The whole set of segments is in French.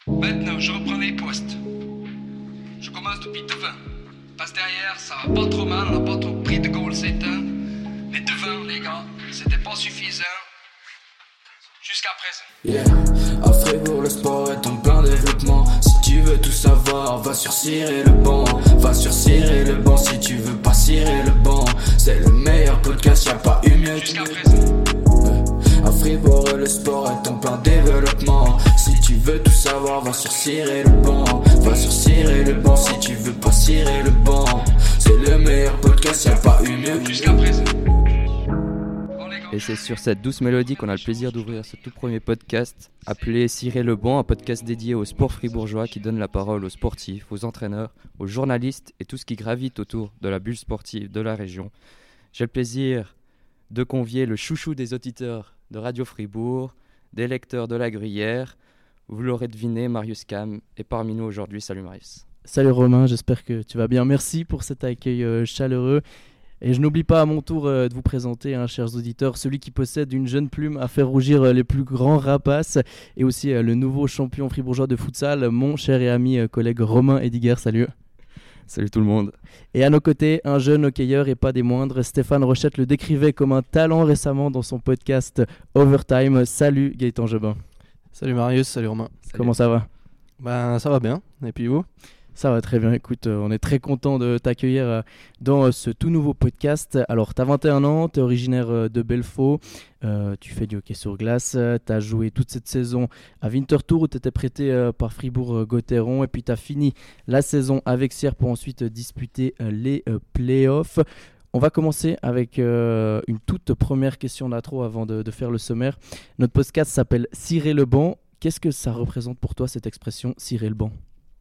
Maintenant, je reprends les postes. Je commence depuis devant. Passe derrière, ça va pas trop mal, on n'a pas trop pris de goal c'est un. Mais devant, les gars, c'était pas suffisant. Jusqu'à présent. Yeah, à Fribourg, le sport est en plein développement. Si tu veux tout savoir, va sur Cirer le banc. Va sur Cirer le banc si tu veux pas cirer le banc. C'est le meilleur podcast, y'a pas eu mieux. Jusqu'à présent. À Fribourg, le sport est en plein développement. Si tu veux tout savoir, va sur Cirer le banc. Va sur Cirer le banc si tu veux pas cirer le banc. C'est le meilleur podcast, y'a pas eu mieux. Jusqu'à présent. Et c'est sur cette douce mélodie qu'on a le plaisir d'ouvrir ce tout premier podcast appelé Cirer le banc, un podcast dédié au sport fribourgeois qui donne la parole aux sportifs, aux entraîneurs, aux journalistes et tout ce qui gravite autour de la bulle sportive de la région. J'ai le plaisir de convier le chouchou des auditeurs de Radio Fribourg, des lecteurs de la Gruyère. Vous l'aurez deviné, Marius Cam est parmi nous aujourd'hui. Salut Marius. Salut Romain, j'espère que tu vas bien. Merci pour cet accueil chaleureux. Et je n'oublie pas à mon tour de vous présenter, chers auditeurs, celui qui possède une jeune plume à faire rougir les plus grands rapaces et aussi le nouveau champion fribourgeois de futsal, mon cher et ami collègue Romain Ediger. Salut. Salut tout le monde. Et à nos côtés, un jeune hockeyeur et pas des moindres, Stéphane Rochette le décrivait comme un talent récemment dans son podcast Overtime. Salut Gaëtan Jobin. Salut Marius, salut Romain. Comment ça va ? Ben ça va bien, et puis vous ? Ça va très bien, écoute, on est très content de t'accueillir dans ce tout nouveau podcast. Alors, tu as 21 ans, tu es originaire de Belfaux, tu fais du hockey sur glace, tu as joué toute cette saison à Winterthur où tu étais prêté par Fribourg-Gotteron et puis tu as fini la saison avec Sierre pour ensuite disputer les playoffs. On va commencer avec une toute première question d'intro avant de faire le sommaire. Notre podcast s'appelle Cirer le banc. Qu'est-ce que ça représente pour toi cette expression Cirer le banc ?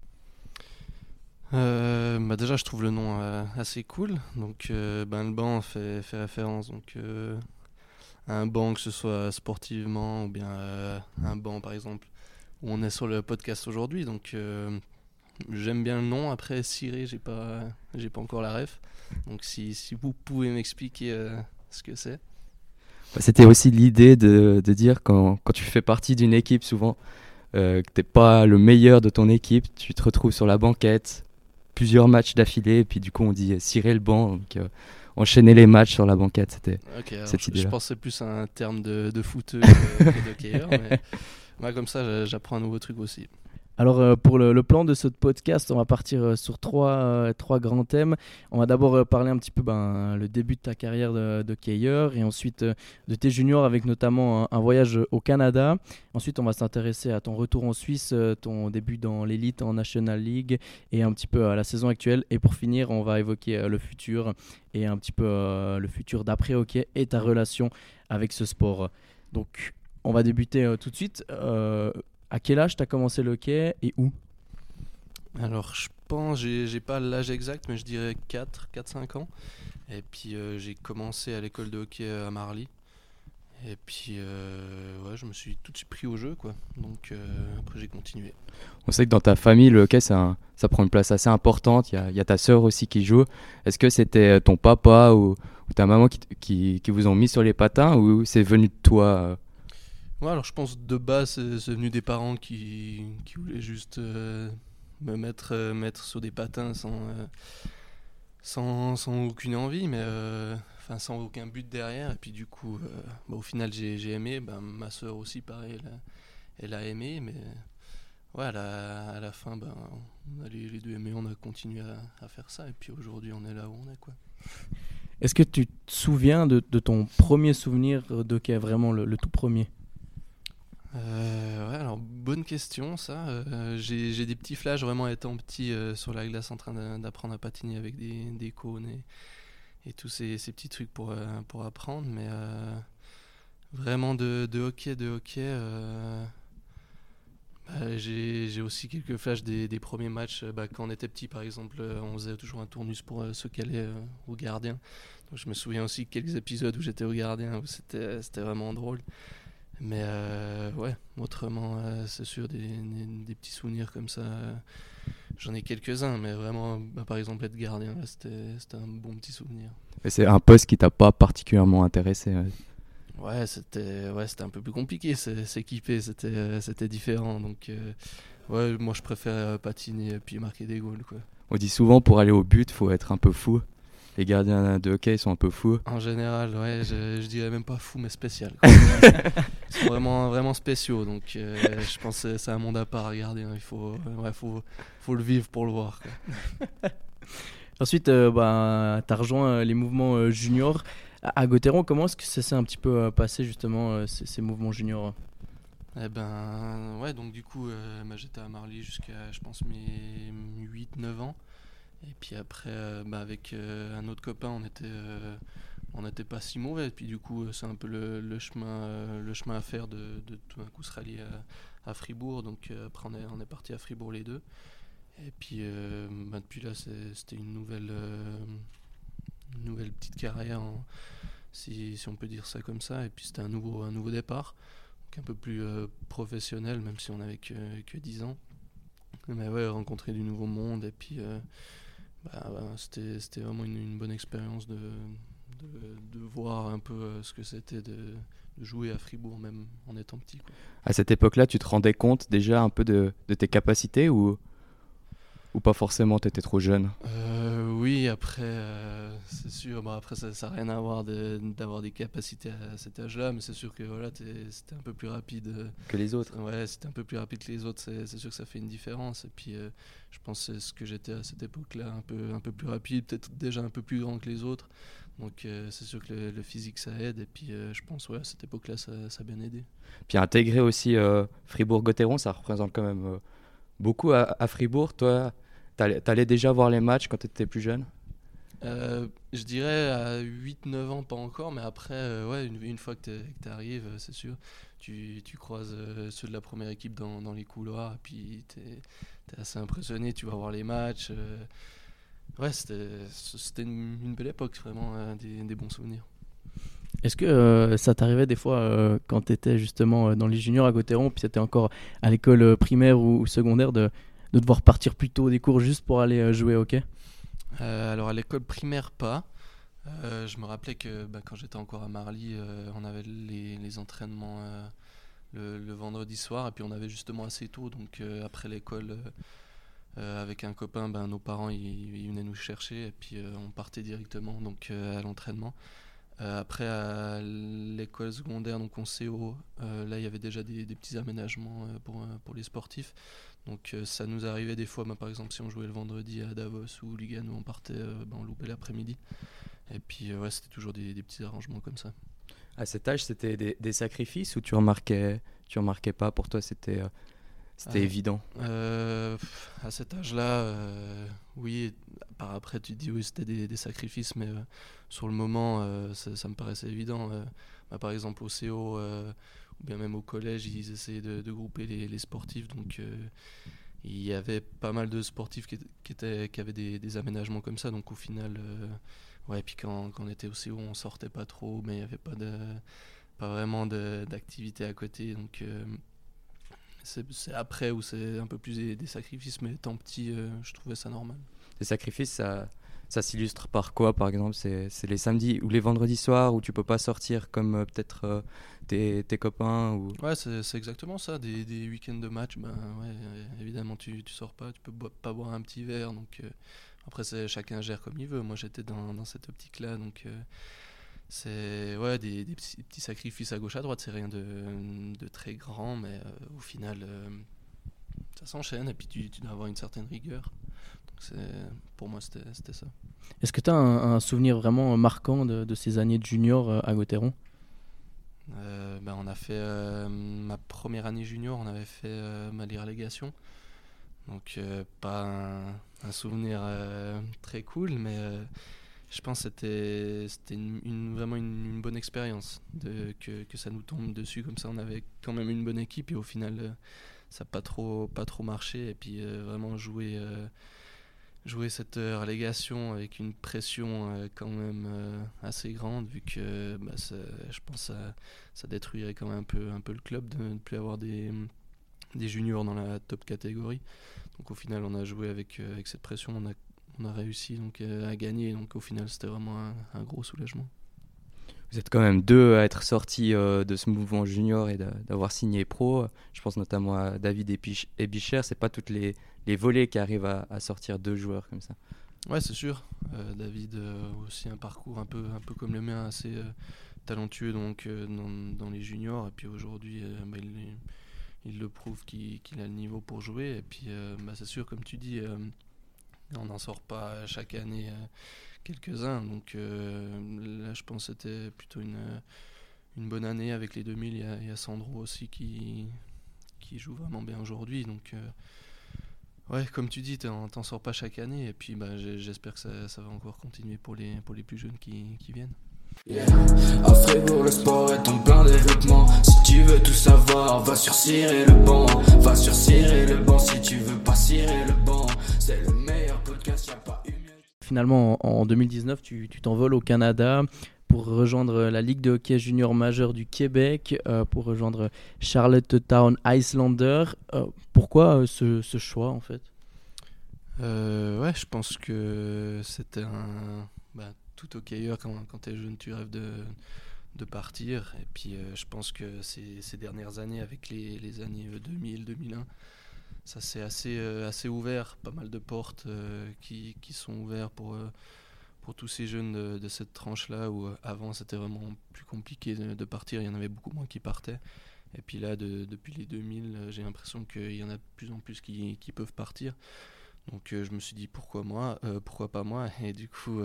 Déjà je trouve le nom assez cool, donc le banc fait référence à un banc, que ce soit sportivement ou bien un banc par exemple où on est sur le podcast aujourd'hui, donc j'aime bien le nom. Après cirer, j'ai pas encore la ref, donc si vous pouvez m'expliquer ce que c'est. C'était aussi l'idée de dire quand tu fais partie d'une équipe souvent que t'es pas le meilleur de ton équipe, tu te retrouves sur la banquette plusieurs matchs d'affilée, et puis du coup on dit cirer le banc, donc enchaîner les matchs sur la banquette, c'était cette idée-là. Je pensais plus à un terme de footeux que d'hockeyeur, mais comme ça j'apprends un nouveau truc aussi. Alors pour le plan de ce podcast, on va partir sur trois grands thèmes. On va d'abord parler un petit peu le début de ta carrière d'hockeyeur et ensuite de tes juniors avec notamment un voyage au Canada. Ensuite on va s'intéresser à ton retour en Suisse, ton début dans l'élite en National League et un petit peu à la saison actuelle. Et pour finir on va évoquer le futur et un petit peu le futur d'après hockey et ta relation avec ce sport. Donc on va débuter tout de suite. À quel âge tu as commencé le hockey et où ? Alors je pense, j'ai pas l'âge exact, mais je dirais 4-5 ans. Et puis j'ai commencé à l'école de hockey à Marly. Et puis je me suis tout de suite pris au jeu, quoi. Donc après j'ai continué. On sait que dans ta famille, le hockey ça prend une place assez importante. Il y a ta sœur aussi qui joue. Est-ce que c'était ton papa ou ta maman qui vous ont mis sur les patins, ou c'est venu de toi Ouais, alors je pense de base c'est venu des parents qui voulaient juste me mettre sur des patins sans aucune envie, mais sans aucun but derrière. Et puis du coup au final j'ai aimé. Ma soeur aussi pareil, elle a aimé, mais ouais, à la fin on a les deux aimé, on a continué à faire ça, et puis aujourd'hui on est là où on est, quoi. Est-ce que tu te souviens de ton premier souvenir d'hockey, vraiment le tout premier ? Alors bonne question ça. J'ai des petits flashs vraiment étant petit sur la glace en train d'apprendre à patiner avec des cônes et tous ces petits trucs pour apprendre, mais vraiment de hockey j'ai aussi quelques flashs des premiers matchs. Quand on était petit par exemple, on faisait toujours un tournus pour ceux qui allaient au gardien, donc je me souviens aussi quelques épisodes où j'étais au gardien où c'était vraiment drôle. Mais autrement, c'est sûr, des petits souvenirs comme ça, j'en ai quelques-uns, mais vraiment, par exemple, être gardien, là, c'était un bon petit souvenir. Et c'est un poste qui t'a pas particulièrement intéressé Ouais, c'était un peu plus compliqué, s'équiper, c'était différent, donc Ouais, moi je préfère patiner et puis marquer des goals, quoi. On dit souvent pour aller au but, faut être un peu fou. Les gardiens de hockey sont un peu fous. En général, ouais, je dirais même pas fou, mais spécial, quoi. Ils sont vraiment, vraiment spéciaux, donc je pense que c'est un monde à part à regarder. Hein. Il faut le vivre pour le voir, quoi. Ensuite, tu as rejoint les mouvements juniors. À Gauthieron, comment est-ce que ça s'est un petit peu passé justement ces mouvements juniors? Eh ben, ouais, donc du coup, j'étais à Marly jusqu'à, je pense, mes 8-9 ans. Et puis après, avec un autre copain, on n'était pas si mauvais. Et puis du coup, c'est un peu le chemin à faire de tout d'un coup se rallier à Fribourg. Donc après, on est parti à Fribourg les deux. Et puis depuis là, c'était une nouvelle petite carrière, hein, si on peut dire ça comme ça. Et puis c'était un nouveau départ, donc un peu plus professionnel, même si on n'avait que 10 ans. Mais ouais, rencontrer du nouveau monde. Et puis c'était vraiment une bonne expérience de voir un peu ce que c'était de jouer à Fribourg, même en étant petit, quoi. À cette époque-là, tu te rendais compte déjà un peu de tes capacités ou pas forcément, t'étais trop jeune? Oui, après, c'est sûr. Bon, après, ça n'a rien à voir d'avoir des capacités à cet âge-là, mais c'est sûr que voilà, c'était un peu plus rapide Que les autres. Ouais, c'était un peu plus rapide que les autres, c'est sûr que ça fait une différence. Et puis, je pense que c'est ce que j'étais à cette époque-là, un peu plus rapide, peut-être déjà un peu plus grand que les autres. Donc, c'est sûr que le physique, ça aide. Et puis, je pense, ouais, à cette époque-là, ça a bien aidé. Puis intégrer aussi Fribourg-Gauthieron, ça représente quand même beaucoup à Fribourg. Toi, t'allais déjà voir les matchs quand t'étais plus jeune? Je dirais à 8-9 ans, pas encore, mais après, ouais, une fois que tu arrives, c'est sûr, tu croises ceux de la première équipe dans les couloirs, et puis t'es assez impressionné, tu vas voir les matchs. Ouais, c'était une belle époque, vraiment, des bons souvenirs. Est-ce que ça t'arrivait des fois quand tu étais justement dans les juniors à Gauthieron, puis c'était encore à l'école primaire ou secondaire, de devoir partir plus tôt des cours juste pour aller jouer au hockey? Alors à l'école primaire, pas. Je me rappelais que quand j'étais encore à Marly, on avait les entraînements le vendredi soir, et puis on avait justement assez tôt, donc après l'école, avec un copain, nos parents ils venaient nous chercher, et puis on partait directement donc à l'entraînement. Après à l'école secondaire, donc en CO, là il y avait déjà des petits aménagements pour les sportifs. Donc ça nous arrivait des fois, par exemple si on jouait le vendredi à Davos ou Lugano, on partait, on loupait l'après-midi. Et puis ouais, c'était toujours des petits arrangements comme ça. À cet âge, c'était des sacrifices ou tu remarquais pas? Pour toi, c'était évident? À cet âge-là, oui. Par après, tu te dis oui, c'était des sacrifices, mais sur le moment, ça me paraissait évident. Par exemple, au CO, ou bien même au collège, ils essayaient de grouper les sportifs. Donc, il y avait pas mal de sportifs qui avaient des aménagements comme ça. Donc, au final, ouais. Puis quand on était au CO, on sortait pas trop, mais il n'y avait pas vraiment d'activité à côté. Donc, c'est après où c'est un peu plus des sacrifices, mais étant petit, je trouvais ça normal. Les sacrifices, ça s'illustre par quoi, par exemple? C'est les samedis ou les vendredis soirs où tu peux pas sortir comme peut-être tes copains ou... Ouais, c'est exactement ça. Des week-ends de match, ouais, évidemment, tu sors pas, tu peux pas boire un petit verre. Donc, après, chacun gère comme il veut. Moi, j'étais dans cette optique-là. Donc, c'est ouais, des petits sacrifices à gauche à droite. C'est rien de très grand, mais au final, ça s'enchaîne. Et puis, tu dois avoir une certaine rigueur. Pour moi, c'était ça. Est-ce que tu as un souvenir vraiment marquant de ces années de junior à Gauthieron? On a fait ma première année junior, on avait fait les relégations. Donc pas un souvenir très cool, mais je pense que c'était vraiment une bonne expérience que ça nous tombe dessus. Comme ça, on avait quand même une bonne équipe, et au final, ça n'a pas trop marché. Et puis vraiment jouer cette relégation avec une pression quand même assez grande, vu que je pense que ça détruirait quand même un peu le club de ne plus avoir des juniors dans la top catégorie. Donc au final, on a joué avec cette pression, on a réussi donc à gagner. Donc au final, c'était vraiment un gros soulagement. Vous êtes quand même deux à être sortis de ce mouvement junior et d'avoir signé pro. Je pense notamment à David Ebicher. C'est pas toutes les volées qui arrivent à sortir deux joueurs comme ça. Ouais, c'est sûr. David aussi un parcours un peu comme le mien, assez talentueux donc dans les juniors. Et puis aujourd'hui, il le prouve qu'il a le niveau pour jouer. Et puis c'est sûr, comme tu dis, on n'en sort pas chaque année quelques-uns. Donc là, je pense que c'était plutôt une bonne année avec les 2000. Il y a Sandro aussi qui joue vraiment bien aujourd'hui. Donc ouais, comme tu dis, t'en sors pas chaque année. Et puis j'espère que ça va encore continuer pour les plus jeunes qui viennent. Yeah. À Fribourg, le sport est en plein développement. Si tu veux tout savoir, va sur Cirer le banc. Va sur Cirer le banc si tu veux pas cirer le banc. C'est le meilleur podcast, y'a pas eu mieux. Finalement, en 2019, tu t'envoles au Canada pour rejoindre la Ligue de hockey junior majeur du Québec, pour rejoindre Charlottetown Icelander. Pourquoi ce choix en fait? Ouais, je pense que c'était tout hockeyeur, quand t'es jeune, tu rêves de partir. Et puis je pense que ces dernières années, avec les années 2000, 2001, ça s'est assez ouvert. Pas mal de portes qui sont ouvertes pour tous ces jeunes de cette tranche-là, où avant c'était vraiment plus compliqué de partir. Il y en avait beaucoup moins qui partaient. Et puis là, depuis les 2000, j'ai l'impression qu'il y en a de plus en plus qui peuvent partir. Donc je me suis dit pourquoi pas moi. Et du coup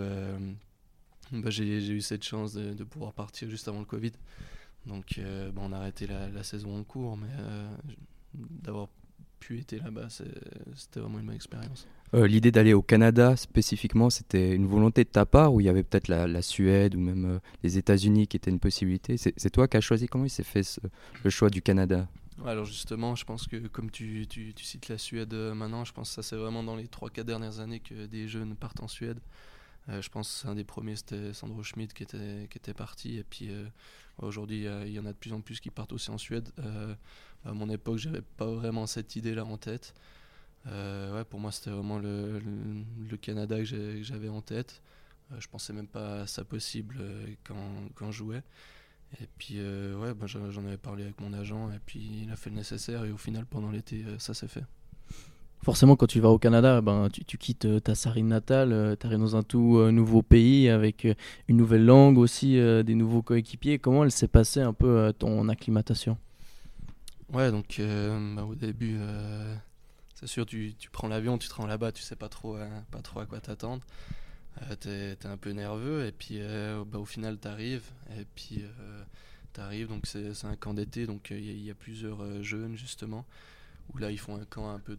j'ai eu cette chance de pouvoir partir juste avant le Covid. Donc on a arrêté la saison en cours, mais d'avoir pu être là-bas, c'était vraiment une bonne expérience. L'idée d'aller au Canada spécifiquement, c'était une volonté de ta part, ou il y avait peut-être la Suède ou même les États-Unis qui étaient une possibilité? C'est toi qui as choisi? Comment il s'est fait le choix du Canada? Alors justement, je pense que comme tu cites la Suède maintenant, je pense que ça c'est vraiment dans les 3-4 dernières années que des jeunes partent en Suède. Je pense que un des premiers, c'était Sandro Schmidt qui était parti. Et puis aujourd'hui, il y en a de plus en plus qui partent aussi en Suède. À mon époque, j'avais pas vraiment cette idée-là en tête. Ouais, pour moi, c'était vraiment le Canada que j'avais en tête. Je pensais même pas à ça possible quand je jouais. Et puis ouais, j'en avais parlé avec mon agent et puis il a fait le nécessaire. Et au final, pendant l'été, ça s'est fait. Forcément, quand tu vas au Canada, tu quittes ta Sarine natale, tu arrives dans un tout nouveau pays avec une nouvelle langue aussi, des nouveaux coéquipiers. Comment elle s'est passée un peu ton acclimatation? Ouais, donc au début, c'est sûr, tu prends l'avion, tu te rends là-bas, tu sais pas trop à quoi t'attendre. T'es un peu nerveux et puis au final t'arrives. Et puis donc c'est un camp d'été, donc il y a plusieurs jeunes justement. Où là ils font un camp un peu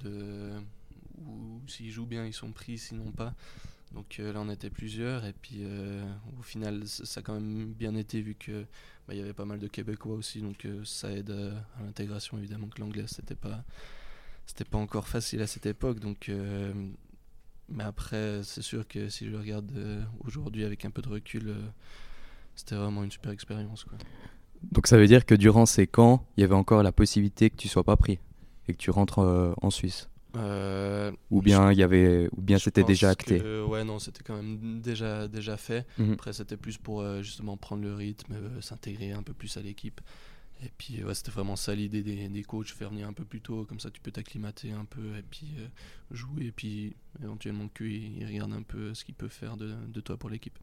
où s'ils jouent bien ils sont pris, sinon pas. Donc là on était plusieurs et puis au final ça a quand même bien été, vu que il y avait pas mal de Québécois aussi, donc ça aide à l'intégration. Évidemment que l'anglais c'était pas encore facile à cette époque, donc mais après c'est sûr que si je regarde aujourd'hui avec un peu de recul, c'était vraiment une super expérience, quoi. Donc ça veut dire que durant ces camps il y avait encore la possibilité que tu sois pas pris et que tu rentres en Suisse, ou bien c'était déjà acté? Ouais, non, c'était quand même déjà fait. Après c'était plus pour justement prendre le rythme, s'intégrer un peu plus à l'équipe. Et puis ouais, c'était vraiment ça l'idée des coachs, faire venir un peu plus tôt, comme ça tu peux t'acclimater un peu et puis jouer, et puis éventuellement qu'ils regardent un peu ce qu'ils peuvent faire de toi pour l'équipe.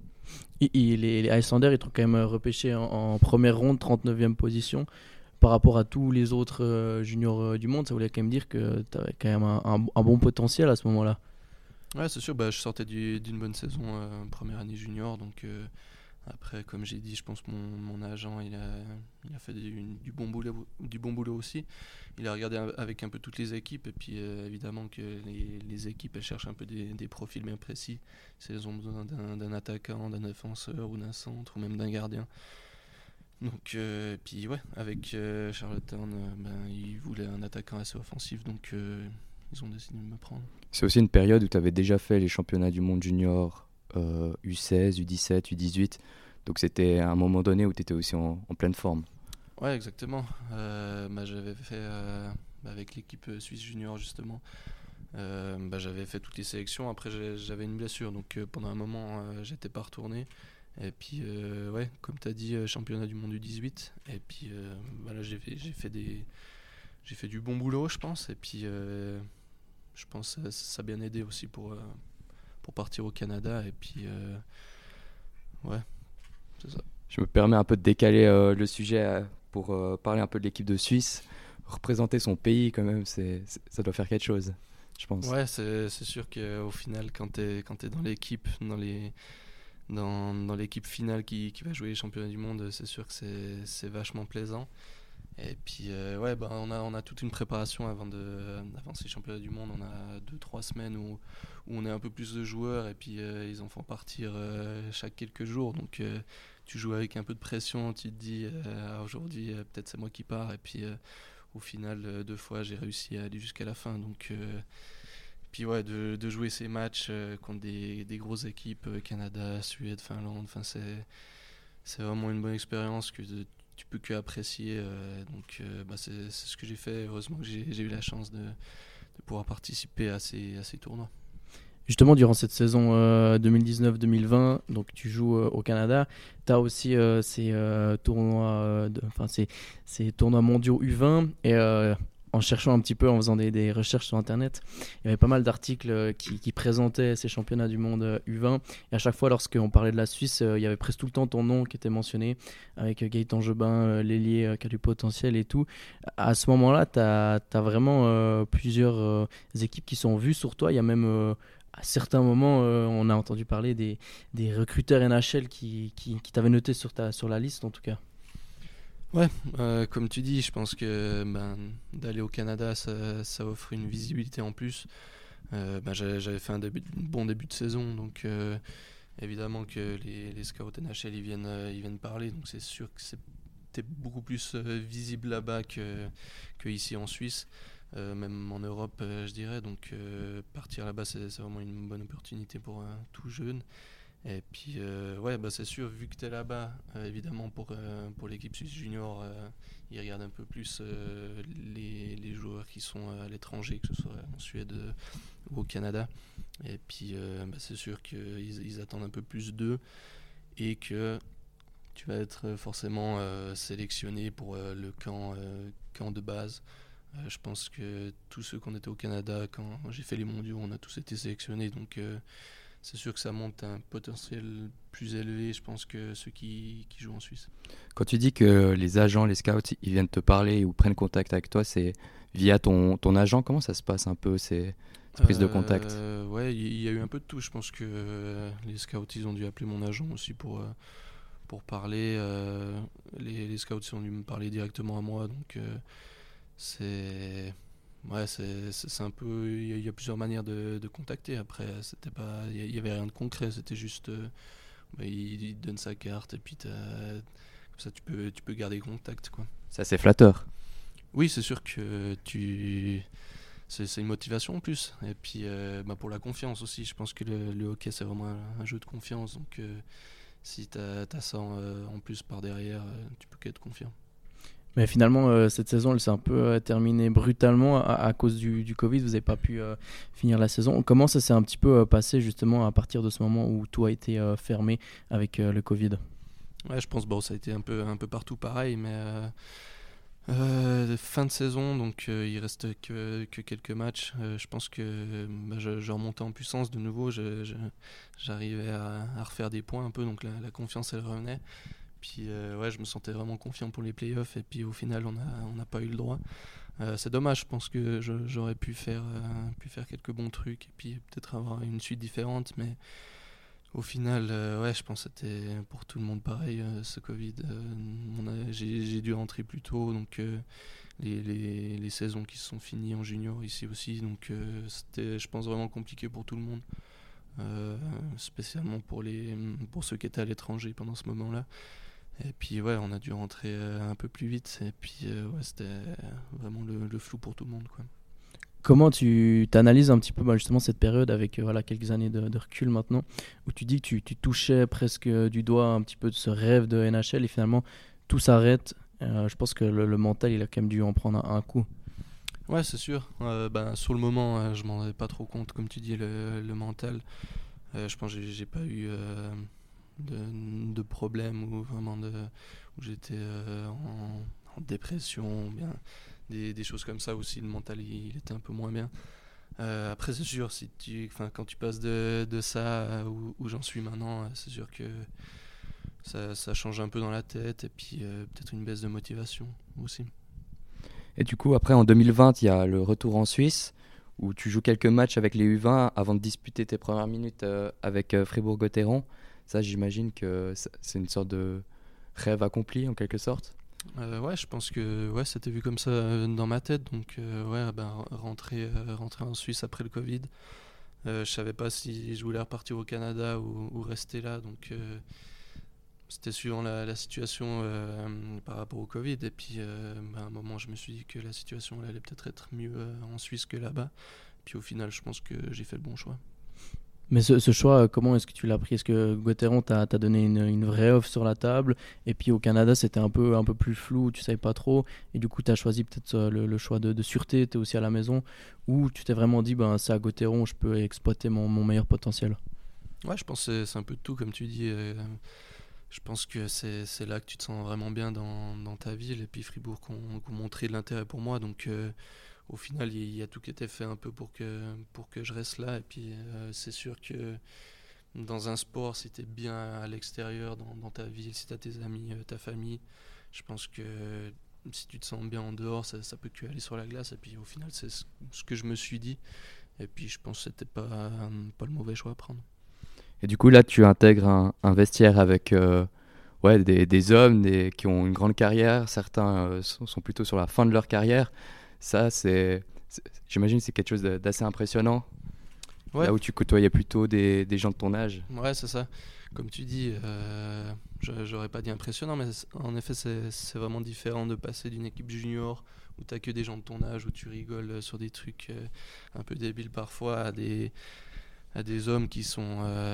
Les Islanders, ils t'ont quand même repêché en première ronde, 39e position. Par rapport à tous les autres juniors du monde, ça voulait quand même dire que tu avais quand même un bon potentiel à ce moment-là. Ouais, c'est sûr, je sortais d'une bonne saison, première année junior, donc après, comme j'ai dit, je pense que mon agent il a fait du bon boulot aussi. Il a regardé avec un peu toutes les équipes, et puis évidemment que les équipes elles cherchent un peu des profils bien précis. Si elles ont besoin d'un attaquant, d'un défenseur ou d'un centre ou même d'un gardien. Donc puis ouais, avec Charlottetown, ils voulaient un attaquant assez offensif, donc ils ont décidé de me prendre. C'est aussi une période où tu avais déjà fait les championnats du monde junior, U16, U17, U18, donc c'était à un moment donné où tu étais aussi en pleine forme. Ouais, exactement. J'avais fait avec l'équipe suisse junior justement, j'avais fait toutes les sélections. Après j'avais une blessure, donc pendant un moment j'étais pas retourné. Et puis, ouais, comme tu as dit, championnat du monde U18. Et puis, voilà, j'ai fait du bon boulot, je pense. Et puis, je pense que ça a bien aidé aussi pour partir au Canada. Et puis, ouais, c'est ça. Je me permets un peu de décaler le sujet pour parler un peu de l'équipe de Suisse. Représenter son pays, quand même, ça doit faire quelque chose, je pense. Ouais, c'est sûr qu'au final, quand t'es dans l'équipe, dans l'équipe finale qui va jouer les championnats du monde, c'est sûr que c'est vachement plaisant. Et puis, ouais, bah, on a toute une préparation avant ces championnats du monde. On a 2-3 semaines où on est un peu plus de joueurs et puis ils en font partir chaque quelques jours. Donc, tu joues avec un peu de pression. Tu te dis, aujourd'hui, peut-être c'est moi qui pars. Et puis, au final, 2 fois, j'ai réussi à aller jusqu'à la fin. Donc, puis, ouais, de jouer ces matchs contre des grosses équipes, Canada, Suède, Finlande, c'est vraiment une bonne expérience que tu peux que apprécier. Donc, bah, c'est ce que j'ai fait. Heureusement que j'ai eu la chance de pouvoir participer à ces tournois. Justement, durant cette saison 2019-2020, donc tu joues au Canada, tu as aussi ces tournois, ces tournois mondiaux U20. Et en cherchant un petit peu, en faisant des recherches sur Internet, il y avait pas mal d'articles qui présentaient ces championnats du monde U20. Et à chaque fois, lorsqu'on parlait de la Suisse, il y avait presque tout le temps ton nom qui était mentionné, avec Gaëtan Jobin, l'ailier qui a du potentiel et tout. À ce moment-là, tu as vraiment plusieurs équipes qui sont vues sur toi. Il y a même... à certains moments, on a entendu parler des recruteurs NHL qui t'avaient noté sur la liste, en tout cas. Ouais, comme tu dis, je pense que d'aller au Canada, ça offre une visibilité en plus. J'avais fait un bon début de saison, donc évidemment que les scouts NHL ils viennent parler, donc c'est sûr que c'était beaucoup plus visible là-bas que ici en Suisse. Même en Europe, je dirais. Donc, partir là-bas, c'est vraiment une bonne opportunité pour un tout jeune. Et puis, ouais, bah, c'est sûr, vu que tu es là-bas, évidemment, pour l'équipe suisse junior, ils regardent un peu plus les joueurs qui sont à l'étranger, que ce soit en Suède ou au Canada. Et puis, c'est sûr qu'ils attendent un peu plus d'eux et que tu vas être forcément sélectionné pour le camp de base. Je pense que tous ceux qu'on était au Canada, quand j'ai fait les mondiaux, on a tous été sélectionnés. Donc c'est sûr que ça monte à un potentiel plus élevé, je pense, que ceux qui jouent en Suisse. Quand tu dis que les agents, les scouts, ils viennent te parler ou prennent contact avec toi, c'est via ton agent? Comment ça se passe un peu, ces prises de contact? Ouais, il y a eu un peu de tout. Je pense que les scouts, ils ont dû appeler mon agent aussi pour parler. Les scouts, ils ont dû me parler directement à moi. Donc... c'est un peu, il y a plusieurs manières de contacter. Après, c'était pas, il y avait rien de concret, c'était juste il donne sa carte et puis comme ça tu peux garder contact, quoi. C'est assez flatteur. Oui, c'est sûr que c'est une motivation en plus. Et puis pour la confiance aussi, je pense que le hockey c'est vraiment un jeu de confiance. Donc si t'as ça en plus par derrière, tu peux qu'être confiant. Mais finalement, cette saison, elle s'est un peu terminée brutalement à cause du Covid. Vous n'avez pas pu finir la saison. Comment ça s'est un petit peu passé justement à partir de ce moment où tout a été fermé avec le Covid? Ouais, je pense ça a été un peu partout pareil, mais fin de saison, donc il reste que quelques matchs. Je pense que je remontais en puissance de nouveau. J'arrivais à refaire des points un peu, donc la confiance elle revenait. Puis ouais, je me sentais vraiment confiant pour les playoffs et puis au final on n'a pas eu le droit. C'est dommage, je pense que j'aurais pu faire quelques bons trucs et puis peut-être avoir une suite différente, mais au final ouais, je pense que c'était pour tout le monde pareil, ce Covid. J'ai dû rentrer plus tôt, donc les saisons qui se sont finies en junior ici aussi, donc c'était, je pense, vraiment compliqué pour tout le monde. Spécialement pour ceux qui étaient à l'étranger pendant ce moment-là. Et puis ouais, on a dû rentrer un peu plus vite et puis ouais, c'était vraiment le flou pour tout le monde, quoi. Comment tu t'analyses un petit peu justement cette période avec quelques années de recul maintenant, où tu dis que tu touchais presque du doigt un petit peu de ce rêve de NHL et finalement tout s'arrête. Je pense que le mental, il a quand même dû en prendre un coup. Ouais, c'est sûr. Sur le moment, je m'en rendais pas trop compte, comme tu dis, le mental. Je pense que j'ai pas eu de problèmes ou vraiment où j'étais en dépression, ou bien des choses comme ça aussi. Le mental il était un peu moins bien. Après c'est sûr, quand tu passes de ça où j'en suis maintenant, c'est sûr que ça change un peu dans la tête, et puis peut-être une baisse de motivation aussi. Et du coup, après, en 2020, il y a le retour en Suisse, où tu joues quelques matchs avec les U20 avant de disputer tes premières minutes avec Fribourg-Gotteron. Ça, j'imagine que c'est une sorte de rêve accompli, en quelque sorte. Ouais, je pense que c'était vu comme ça dans ma tête. Donc rentrer en Suisse après le Covid. Je savais pas si je voulais repartir au Canada ou rester là. Donc c'était suivant la situation par rapport au Covid. Et puis à un moment, je me suis dit que la situation elle allait peut-être être mieux en Suisse que là-bas. Puis au final, je pense que j'ai fait le bon choix. Mais ce choix, comment est-ce que tu l'as pris? Est-ce que Gotteron t'a donné une vraie offre sur la table, et puis au Canada c'était un peu plus flou, tu savais pas trop, et du coup tu as choisi peut-être le choix de sûreté, tu es aussi à la maison, ou tu t'es vraiment dit c'est à Gotteron, je peux exploiter mon meilleur potentiel? Ouais, je pense que c'est un peu de tout, comme tu dis. Je pense que c'est là que tu te sens vraiment bien dans ta ville, et puis Fribourg qui ont montré de l'intérêt pour moi. Donc au final, il y a tout qui était fait un peu pour que je reste là. Et puis c'est sûr que dans un sport, si tu es bien à l'extérieur, dans ta ville, si tu as tes amis, ta famille, je pense que si tu te sens bien en dehors, ça peut que aller sur la glace. Et puis au final, c'est ce que je me suis dit. Et puis je pense que c'était pas le mauvais choix à prendre. Et du coup, là, tu intègres un vestiaire avec des hommes qui ont une grande carrière. Certains sont plutôt sur la fin de leur carrière. Ça, j'imagine c'est quelque chose d'assez impressionnant. Ouais. Là où tu côtoyais plutôt des gens de ton âge. Ouais, c'est ça. Comme tu dis, j'aurais pas dit impressionnant, mais en effet, c'est vraiment différent de passer d'une équipe junior où t'as que des gens de ton âge, où tu rigoles sur des trucs un peu débiles parfois, à des hommes qui sont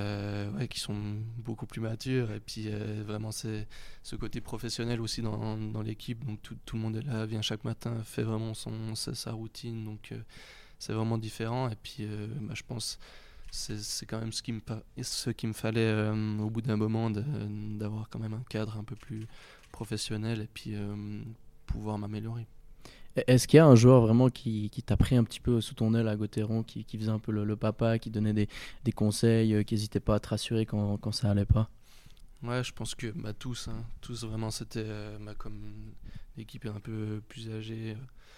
beaucoup plus matures. Et puis vraiment, c'est ce côté professionnel aussi dans l'équipe. Donc tout le monde est là, vient chaque matin, fait vraiment sa routine. Donc c'est vraiment différent. Et puis je pense c'est quand même ce qu'il me fallait au bout d'un moment, d'avoir quand même un cadre un peu plus professionnel, et puis pouvoir m'améliorer. Est-ce qu'il y a un joueur vraiment qui t'a pris un petit peu sous ton aile à Gotteron, qui faisait un peu le papa, qui donnait des conseils, qui n'hésitait pas à te rassurer quand ça allait pas? Ouais, je pense que tous vraiment, c'était comme l'équipe est un peu plus âgée,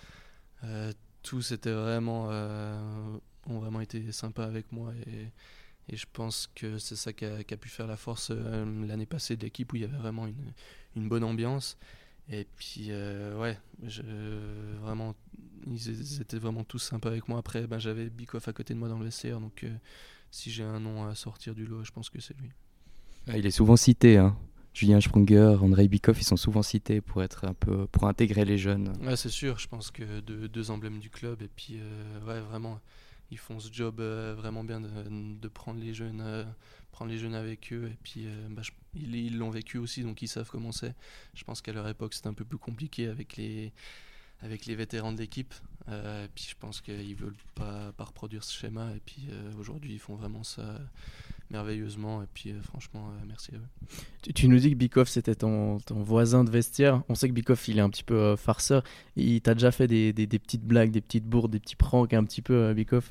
tous étaient vraiment ont vraiment été sympas avec moi, et je pense que c'est ça qui a pu faire la force l'année passée de l'équipe, où il y avait vraiment une bonne ambiance. Et puis vraiment, ils étaient vraiment tous sympas avec moi. Après j'avais Bikoff à côté de moi dans le vestiaire, donc si j'ai un nom à sortir du lot, je pense que c'est lui. Il est souvent cité, hein. Julien Sprunger, Andrei Bikoff, ils sont souvent cités pour intégrer les jeunes. Ouais, c'est sûr, je pense que deux emblèmes du club, et puis vraiment ils font ce job vraiment bien de prendre les jeunes avec eux, et puis ils l'ont vécu aussi, donc ils savent comment c'est. Je pense qu'à leur époque c'était un peu plus compliqué avec les vétérans de l'équipe, et puis je pense qu'ils veulent pas reproduire ce schéma, et puis aujourd'hui ils font vraiment ça merveilleusement, et puis franchement merci à eux. Tu nous dis que Bikoff c'était ton voisin de vestiaire. On sait que Bikoff il est un petit peu farceur. Il t'a déjà fait des petites blagues, des petites bourdes, des petits pranks un petit peu, Bikoff?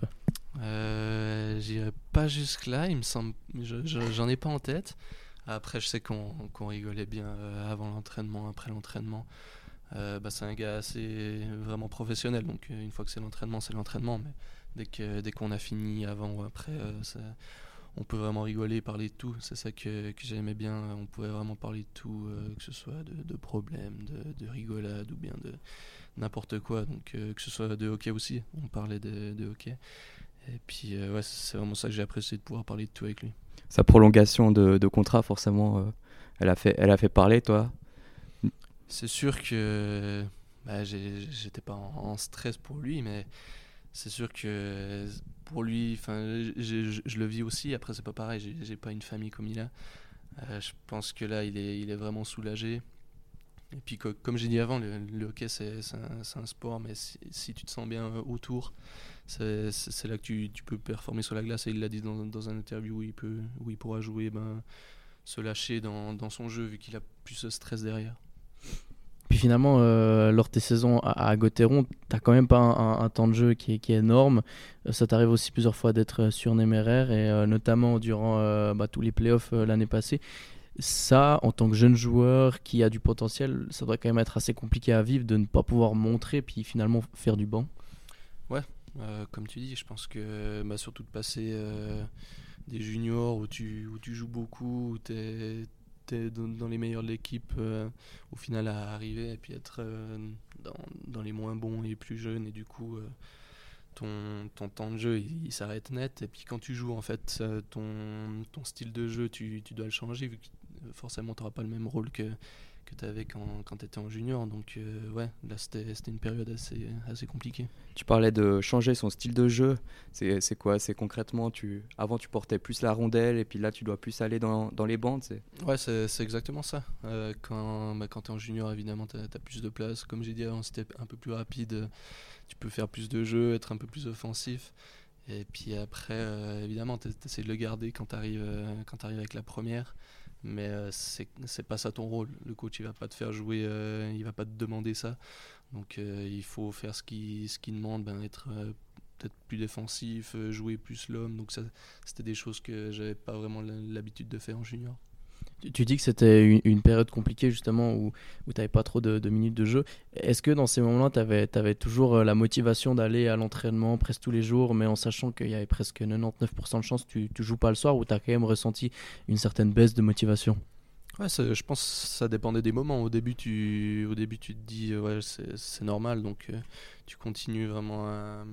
J'irai pas jusque là, il me semble. J'en ai pas en tête. Après je sais qu'on rigolait bien avant l'entraînement, après l'entraînement. C'est un gars assez vraiment professionnel, donc une fois que c'est l'entraînement, mais dès qu'on a fini, avant ou après, on peut vraiment rigoler, parler de tout. C'est ça que j'aimais bien. On pouvait vraiment parler de tout, que ce soit de problèmes, de rigolade, ou bien de n'importe quoi. Donc que ce soit de hockey aussi, on parlait de hockey. Et puis c'est vraiment ça que j'ai apprécié, de pouvoir parler de tout avec lui. Sa prolongation de contrat, forcément, elle a fait parler, toi? C'est sûr que j'étais pas en stress pour lui, mais c'est sûr que pour lui, je le vis aussi. Après c'est pas pareil, j'ai pas une famille comme il a. Je pense que là il est vraiment soulagé. Et puis comme j'ai dit avant, le hockey c'est un sport, mais si tu te sens bien autour, c'est là que tu peux performer sur la glace. Et il l'a dit dans un interview où il pourra jouer se lâcher dans son jeu vu qu'il a plus ce stress derrière. Puis finalement, lors de tes saisons à Gauthieron, tu n'as quand même pas un temps de jeu qui est énorme. Ça t'arrive aussi plusieurs fois d'être surnuméraire, et notamment durant tous les playoffs l'année passée. Ça, en tant que jeune joueur qui a du potentiel, ça doit quand même être assez compliqué à vivre de ne pas pouvoir montrer, puis finalement faire du banc. Ouais, comme tu dis, je pense que surtout de passer des juniors où tu joues beaucoup, où t'es dans les meilleurs de l'équipe, au final à arriver et puis être dans les moins bons, les plus jeunes, et du coup ton temps de jeu il s'arrête net. Et puis quand tu joues, en fait, ton style de jeu tu dois le changer, vu que forcément tu n'auras pas le même rôle que tu avais quand tu étais en junior. Donc ouais, là c'était une période assez compliquée. Tu parlais de changer son style de jeu. C'est quoi? C'est concrètement, avant tu portais plus la rondelle et puis là tu dois plus aller dans les bandes. Ouais, c'est exactement ça. Quand tu es en junior, évidemment tu as plus de place. Comme j'ai dit avant, c'était un peu plus rapide. Tu peux faire plus de jeux, être un peu plus offensif. Et puis après, évidemment, tu essaies de le garder quand tu arrives avec la première. Mais c'est pas ça ton rôle. Le coach il va pas te faire jouer, il va pas te demander ça. Donc il faut faire ce qu'il demande, être peut-être plus défensif, jouer plus l'homme. Donc ça, c'était des choses que j'avais pas vraiment l'habitude de faire en junior. Tu dis que c'était une période compliquée justement où tu n'avais pas trop de minutes de jeu. Est-ce que dans ces moments-là, tu avais toujours la motivation d'aller à l'entraînement presque tous les jours, mais en sachant qu'il y avait presque 99% de chances que tu ne joues pas le soir, ou tu as quand même ressenti une certaine baisse de motivation? Ouais, je pense que ça dépendait des moments. Au début, tu te dis ouais, c'est normal, donc tu continues vraiment à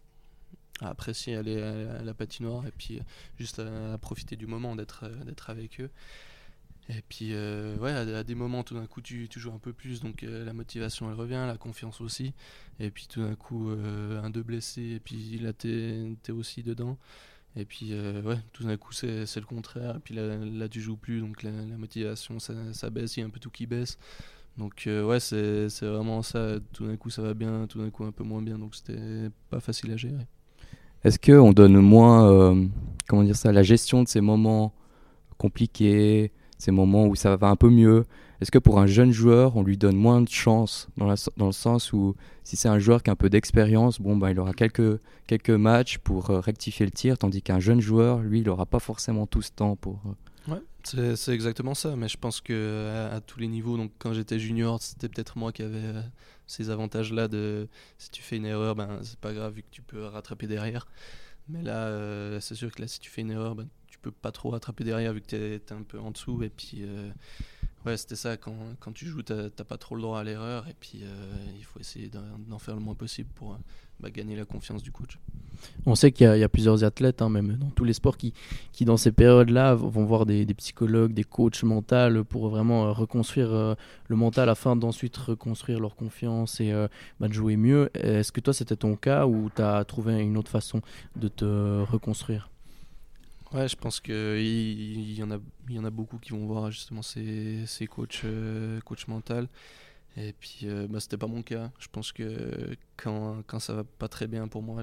apprécier aller à la patinoire et puis juste à profiter du moment d'être avec eux. Et puis ouais, à des moments tout d'un coup tu joues un peu plus, donc la motivation elle revient, la confiance aussi. Et puis tout d'un coup un deux blessés et puis là t'es aussi dedans. Et puis ouais, tout d'un coup c'est le contraire. Et puis là tu joues plus, donc la motivation ça baisse, il y a un peu tout qui baisse. Donc ouais, c'est vraiment ça. Tout d'un coup ça va bien, tout d'un coup un peu moins bien, donc c'était pas facile à gérer. Est-ce qu'on donne moins la gestion de ces moments compliqués, ces moments où ça va un peu mieux? Est-ce que pour un jeune joueur, on lui donne moins de chance dans le sens où si c'est un joueur qui a un peu d'expérience, il aura quelques matchs pour rectifier le tir, tandis qu'un jeune joueur, lui, il n'aura pas forcément tout ce temps pour... Ouais, c'est exactement ça, mais je pense qu'à tous les niveaux, donc quand j'étais junior, c'était peut-être moi qui avais ces avantages-là de si tu fais une erreur, c'est pas grave vu que tu peux rattraper derrière. Mais là, c'est sûr que là, si tu fais une erreur, tu peux pas trop rattraper derrière vu que t'es un peu en dessous. Et puis, ouais, c'était ça, quand tu joues, t'as pas trop le droit à l'erreur. Et puis, il faut essayer d'en faire le moins possible pour gagner la confiance du coach. On sait qu'il y a plusieurs athlètes, même dans tous les sports, qui dans ces périodes-là vont voir des psychologues, des coachs mentaux pour vraiment reconstruire le mental afin d'ensuite reconstruire leur confiance et de jouer mieux. Est-ce que toi, c'était ton cas ou tu as trouvé une autre façon de te reconstruire? Ouais, je pense qu'il y en a beaucoup qui vont voir justement ces coachs mentaux. Et puis c'était pas mon cas. Je pense que quand ça va pas très bien pour moi,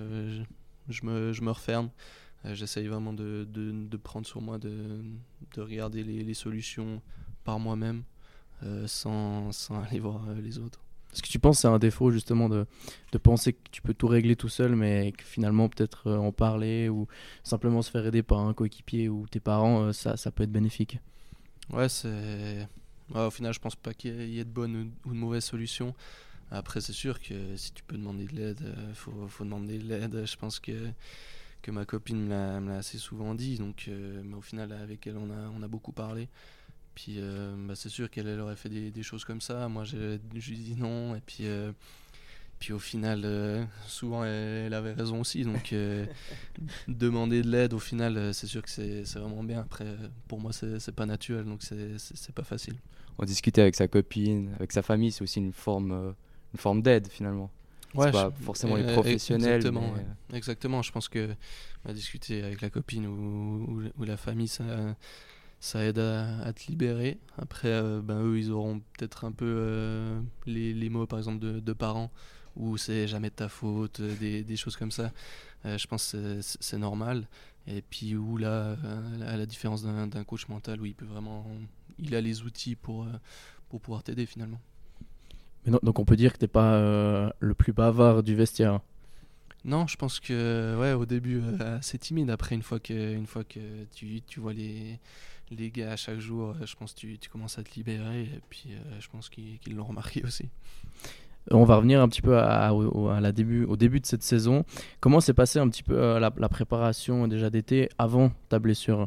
je me referme. J'essaye vraiment de prendre sur moi, de regarder les solutions par moi-même, sans aller voir les autres. Est-ce que tu penses que c'est un défaut justement de penser que tu peux tout régler tout seul, mais que finalement peut-être en parler ou simplement se faire aider par un coéquipier ou tes parents, ça peut être bénéfique? Ouais, au final, je pense pas qu'il y ait de bonnes ou de mauvaises solutions. Après, c'est sûr que si tu peux demander de l'aide, faut demander de l'aide. Je pense que ma copine me l'a assez souvent dit. Donc, mais au final, avec elle, on a beaucoup parlé. Puis, c'est sûr qu'elle aurait fait des choses comme ça. Moi, je lui dis non. Et puis au final, souvent, elle avait raison aussi. Donc, demander de l'aide, au final, c'est sûr que c'est vraiment bien. Après, pour moi, c'est pas naturel. Donc, c'est pas facile. On discutait avec sa copine, avec sa famille, c'est aussi une forme d'aide finalement. Ouais, c'est pas forcément les professionnels. Exactement, mais... exactement. Je pense que discuter avec la copine ou la famille, ça aide à te libérer. Après, eux, ils auront peut-être un peu les mots, par exemple, de parents, où c'est jamais de ta faute, des choses comme ça. Je pense que c'est normal. Et puis où là, à la différence d'un coach mental, où il a les outils pour pouvoir t'aider finalement. Mais non, donc on peut dire que t'es pas le plus bavard du vestiaire. Non, je pense que ouais, au début assez timide. Après, une fois que tu vois les gars à chaque jour, je pense que tu commences à te libérer. Et puis je pense qu'ils l'ont remarqué aussi. On va revenir un petit peu au début de cette saison. Comment s'est passé un petit peu la préparation déjà d'été avant ta blessure?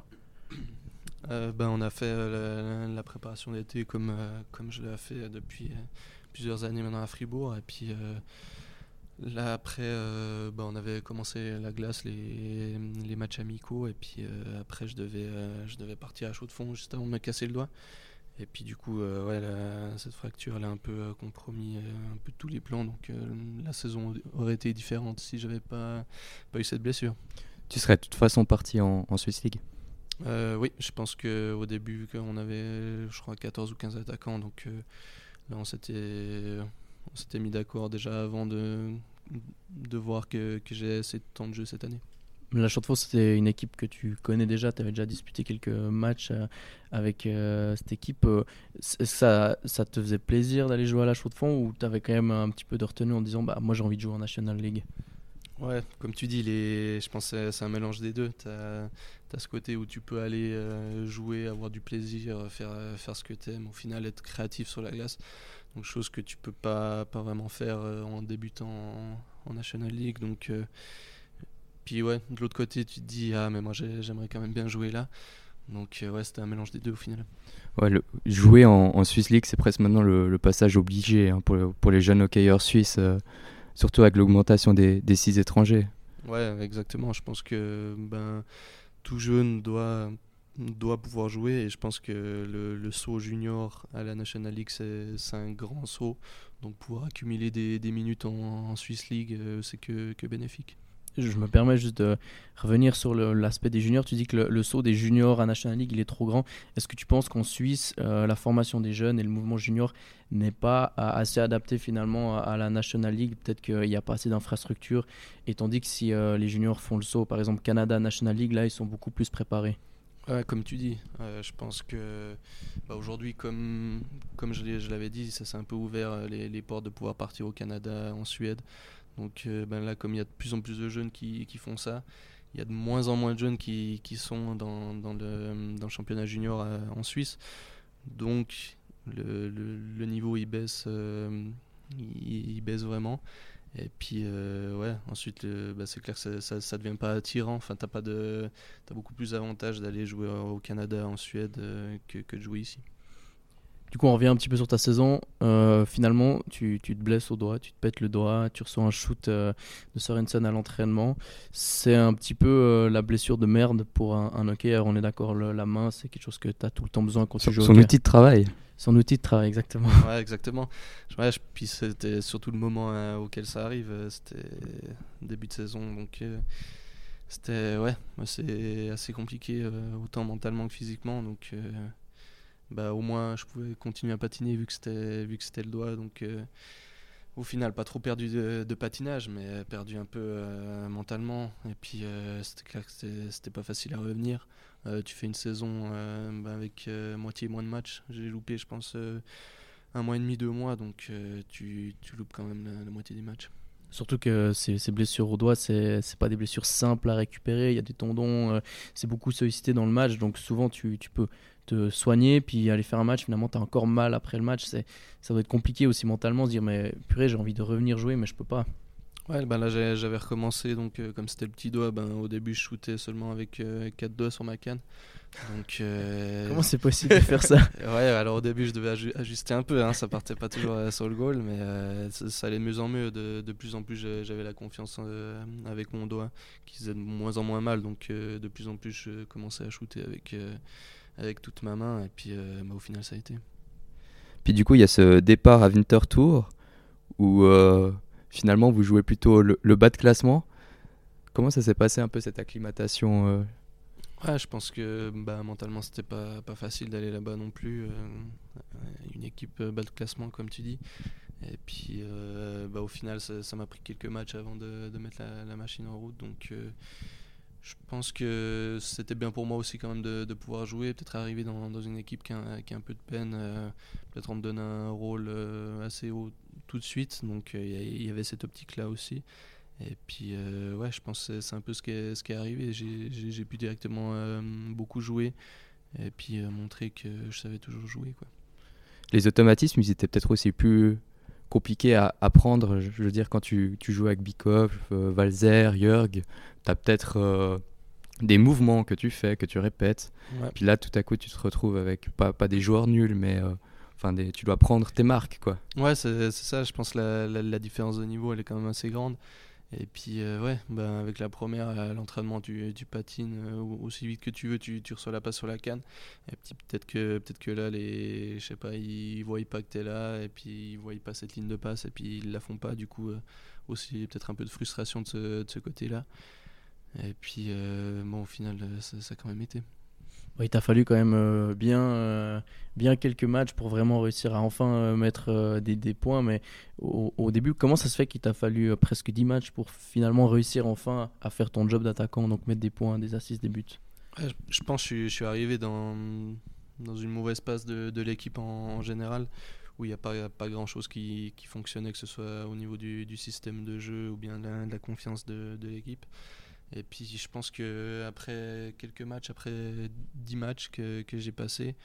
On a fait la préparation d'été comme je l'ai fait depuis plusieurs années maintenant à Fribourg. Et puis là après, on avait commencé la glace, les matchs amicaux. Et puis après, je devais partir à Chaux-de-Fonds juste avant de me casser le doigt. Et puis du coup, cette fracture elle a un peu compromis un peu tous les plans. Donc la saison aurait été différente si j'avais pas eu cette blessure. Tu serais de toute façon parti en Swiss League? Oui, je pense qu'au début, on avait, je crois, 14 ou 15 attaquants. Donc là, on s'était mis d'accord déjà avant de voir que j'ai assez de temps de jeu cette année. La Chaux-de-Fonds, c'était une équipe que tu connais déjà. Tu avais déjà disputé quelques matchs avec cette équipe. Est-ce que ça te faisait plaisir d'aller jouer à la Chaux-de-Fonds ou tu avais quand même un petit peu de retenue en disant moi j'ai envie de jouer en National League? Ouais, comme tu dis, je pense que c'est un mélange des deux. Tu as ce côté où tu peux aller jouer, avoir du plaisir, faire ce que tu aimes, au final être créatif sur la glace. Donc, chose que tu peux pas vraiment faire en débutant en National League. Donc, puis ouais, de l'autre côté, tu te dis mais moi j'aimerais quand même bien jouer là. Donc ouais, c'était un mélange des deux au final. Ouais, jouer en Swiss League, c'est presque maintenant le passage obligé pour les jeunes hockeyeurs suisses, surtout avec l'augmentation des 6 étrangers. Ouais, exactement. Je pense que tout jeune doit pouvoir jouer, et je pense que le saut junior à la National League, c'est un grand saut. Donc pouvoir accumuler des minutes en Swiss League, c'est que bénéfique. Je me permets juste de revenir sur l'aspect des juniors. Tu dis que le saut des juniors à National League, il est trop grand. Est-ce que tu penses qu'en Suisse, la formation des jeunes et le mouvement junior n'est pas assez adapté finalement à la National League? Peut-être qu'il n'y a pas assez d'infrastructures. Et tandis que si les juniors font le saut, par exemple Canada National League, là, ils sont beaucoup plus préparés. Ouais, comme tu dis, je pense que aujourd'hui, comme je l'avais dit, ça s'est un peu ouvert les portes de pouvoir partir au Canada, en Suède. Donc là, comme il y a de plus en plus de jeunes qui font ça, il y a de moins en moins de jeunes qui sont dans le championnat junior en Suisse. Donc le niveau il baisse vraiment. Et puis ensuite c'est clair que ça devient pas attirant. Enfin, t'as beaucoup plus d'avantages d'aller jouer au Canada, en Suède, que de jouer ici. Du coup, on revient un petit peu sur ta saison. Finalement, tu te blesses au doigt, tu te pètes le doigt, tu reçois un shoot de Sorensen à l'entraînement. C'est un petit peu la blessure de merde pour un hockeyeur. On est d'accord, la main, c'est quelque chose que tu as tout le temps besoin quand tu joues au hockey. Son outil de travail. Son outil de travail, exactement. Ouais, exactement. Puis c'était surtout le moment auquel ça arrive. C'était début de saison, donc c'était c'est assez compliqué, autant mentalement que physiquement. Donc au moins je pouvais continuer à patiner vu que c'était le doigt. Donc au final, pas trop perdu de patinage, mais perdu un peu mentalement. Et puis c'était clair que c'était pas facile à revenir. Tu fais une saison avec moitié moins de matchs. J'ai loupé, je pense, 1 mois et demi, 2 mois. Donc tu loupes quand même la moitié des matchs. Surtout que ces blessures au doigt, c'est pas des blessures simples à récupérer. Il y a des tendons, c'est beaucoup sollicité dans le match. Donc souvent, tu peux te soigner, puis aller faire un match. Finalement, tu as encore mal après le match. Ça doit être compliqué aussi mentalement, se dire mais purée, j'ai envie de revenir jouer, mais je peux pas. Ouais, là j'avais recommencé, donc comme c'était le petit doigt, au début je shootais seulement avec 4 doigts sur ma canne. Donc, comment c'est possible de faire ça? Ouais, alors au début je devais ajuster un peu, ça partait pas toujours sur le goal, mais ça allait de mieux en mieux. De plus en plus j'avais la confiance avec mon doigt qui faisait de moins en moins mal, donc de plus en plus je commençais à shooter avec toute ma main, et puis au final ça a été. Puis du coup il y a ce départ à Winter Tour où finalement vous jouez plutôt le bas de classement. Comment ça s'est passé un peu cette acclimatation Ouais, je pense que mentalement c'était pas facile d'aller là-bas non plus. Une équipe bas de classement comme tu dis. Et puis au final ça m'a pris quelques matchs avant de mettre la machine en route. Donc Je pense que c'était bien pour moi aussi quand même de pouvoir jouer, peut-être arriver dans une équipe qui a un peu de peine, peut-être on me donne un rôle assez haut tout de suite, donc il y avait cette optique-là aussi. Et puis ouais, je pense que c'est un peu ce qui est arrivé. J'ai pu directement beaucoup jouer et puis montrer que je savais toujours jouer, quoi. Les automatismes, ils étaient peut-être aussi plus compliqués à apprendre. Je veux dire, quand tu joues avec Bikov, Valzer, Jörg, tu as peut-être des mouvements que tu fais, que tu répètes. Ouais. Puis là, tout à coup, tu te retrouves avec pas des joueurs nuls, mais tu dois prendre tes marques, quoi. Ouais, c'est ça. Je pense que la différence de niveau, elle est quand même assez grande. Et puis, ouais, avec la première, à l'entraînement, tu patines aussi vite que tu veux, tu reçois la passe sur la canne. Et puis, peut-être que là, je sais pas, ils voient pas que t'es là, et puis ils voient pas cette ligne de passe, et puis ils la font pas. Du coup, aussi peut-être un peu de frustration de ce côté-là. Et puis, au final, ça a quand même été. Il t'a fallu quand même bien quelques matchs pour vraiment réussir à enfin mettre des points. Mais au début, comment ça se fait qu'il t'a fallu presque 10 matchs pour finalement réussir enfin à faire ton job d'attaquant, donc mettre des points, des assists, des buts? Je pense que je suis arrivé dans une mauvaise passe de l'équipe en général, où il n'y a pas grand-chose qui fonctionnait, que ce soit au niveau du système de jeu ou bien de la confiance de l'équipe. Et puis je pense qu'après quelques matchs, après 10 matchs que j'ai passés,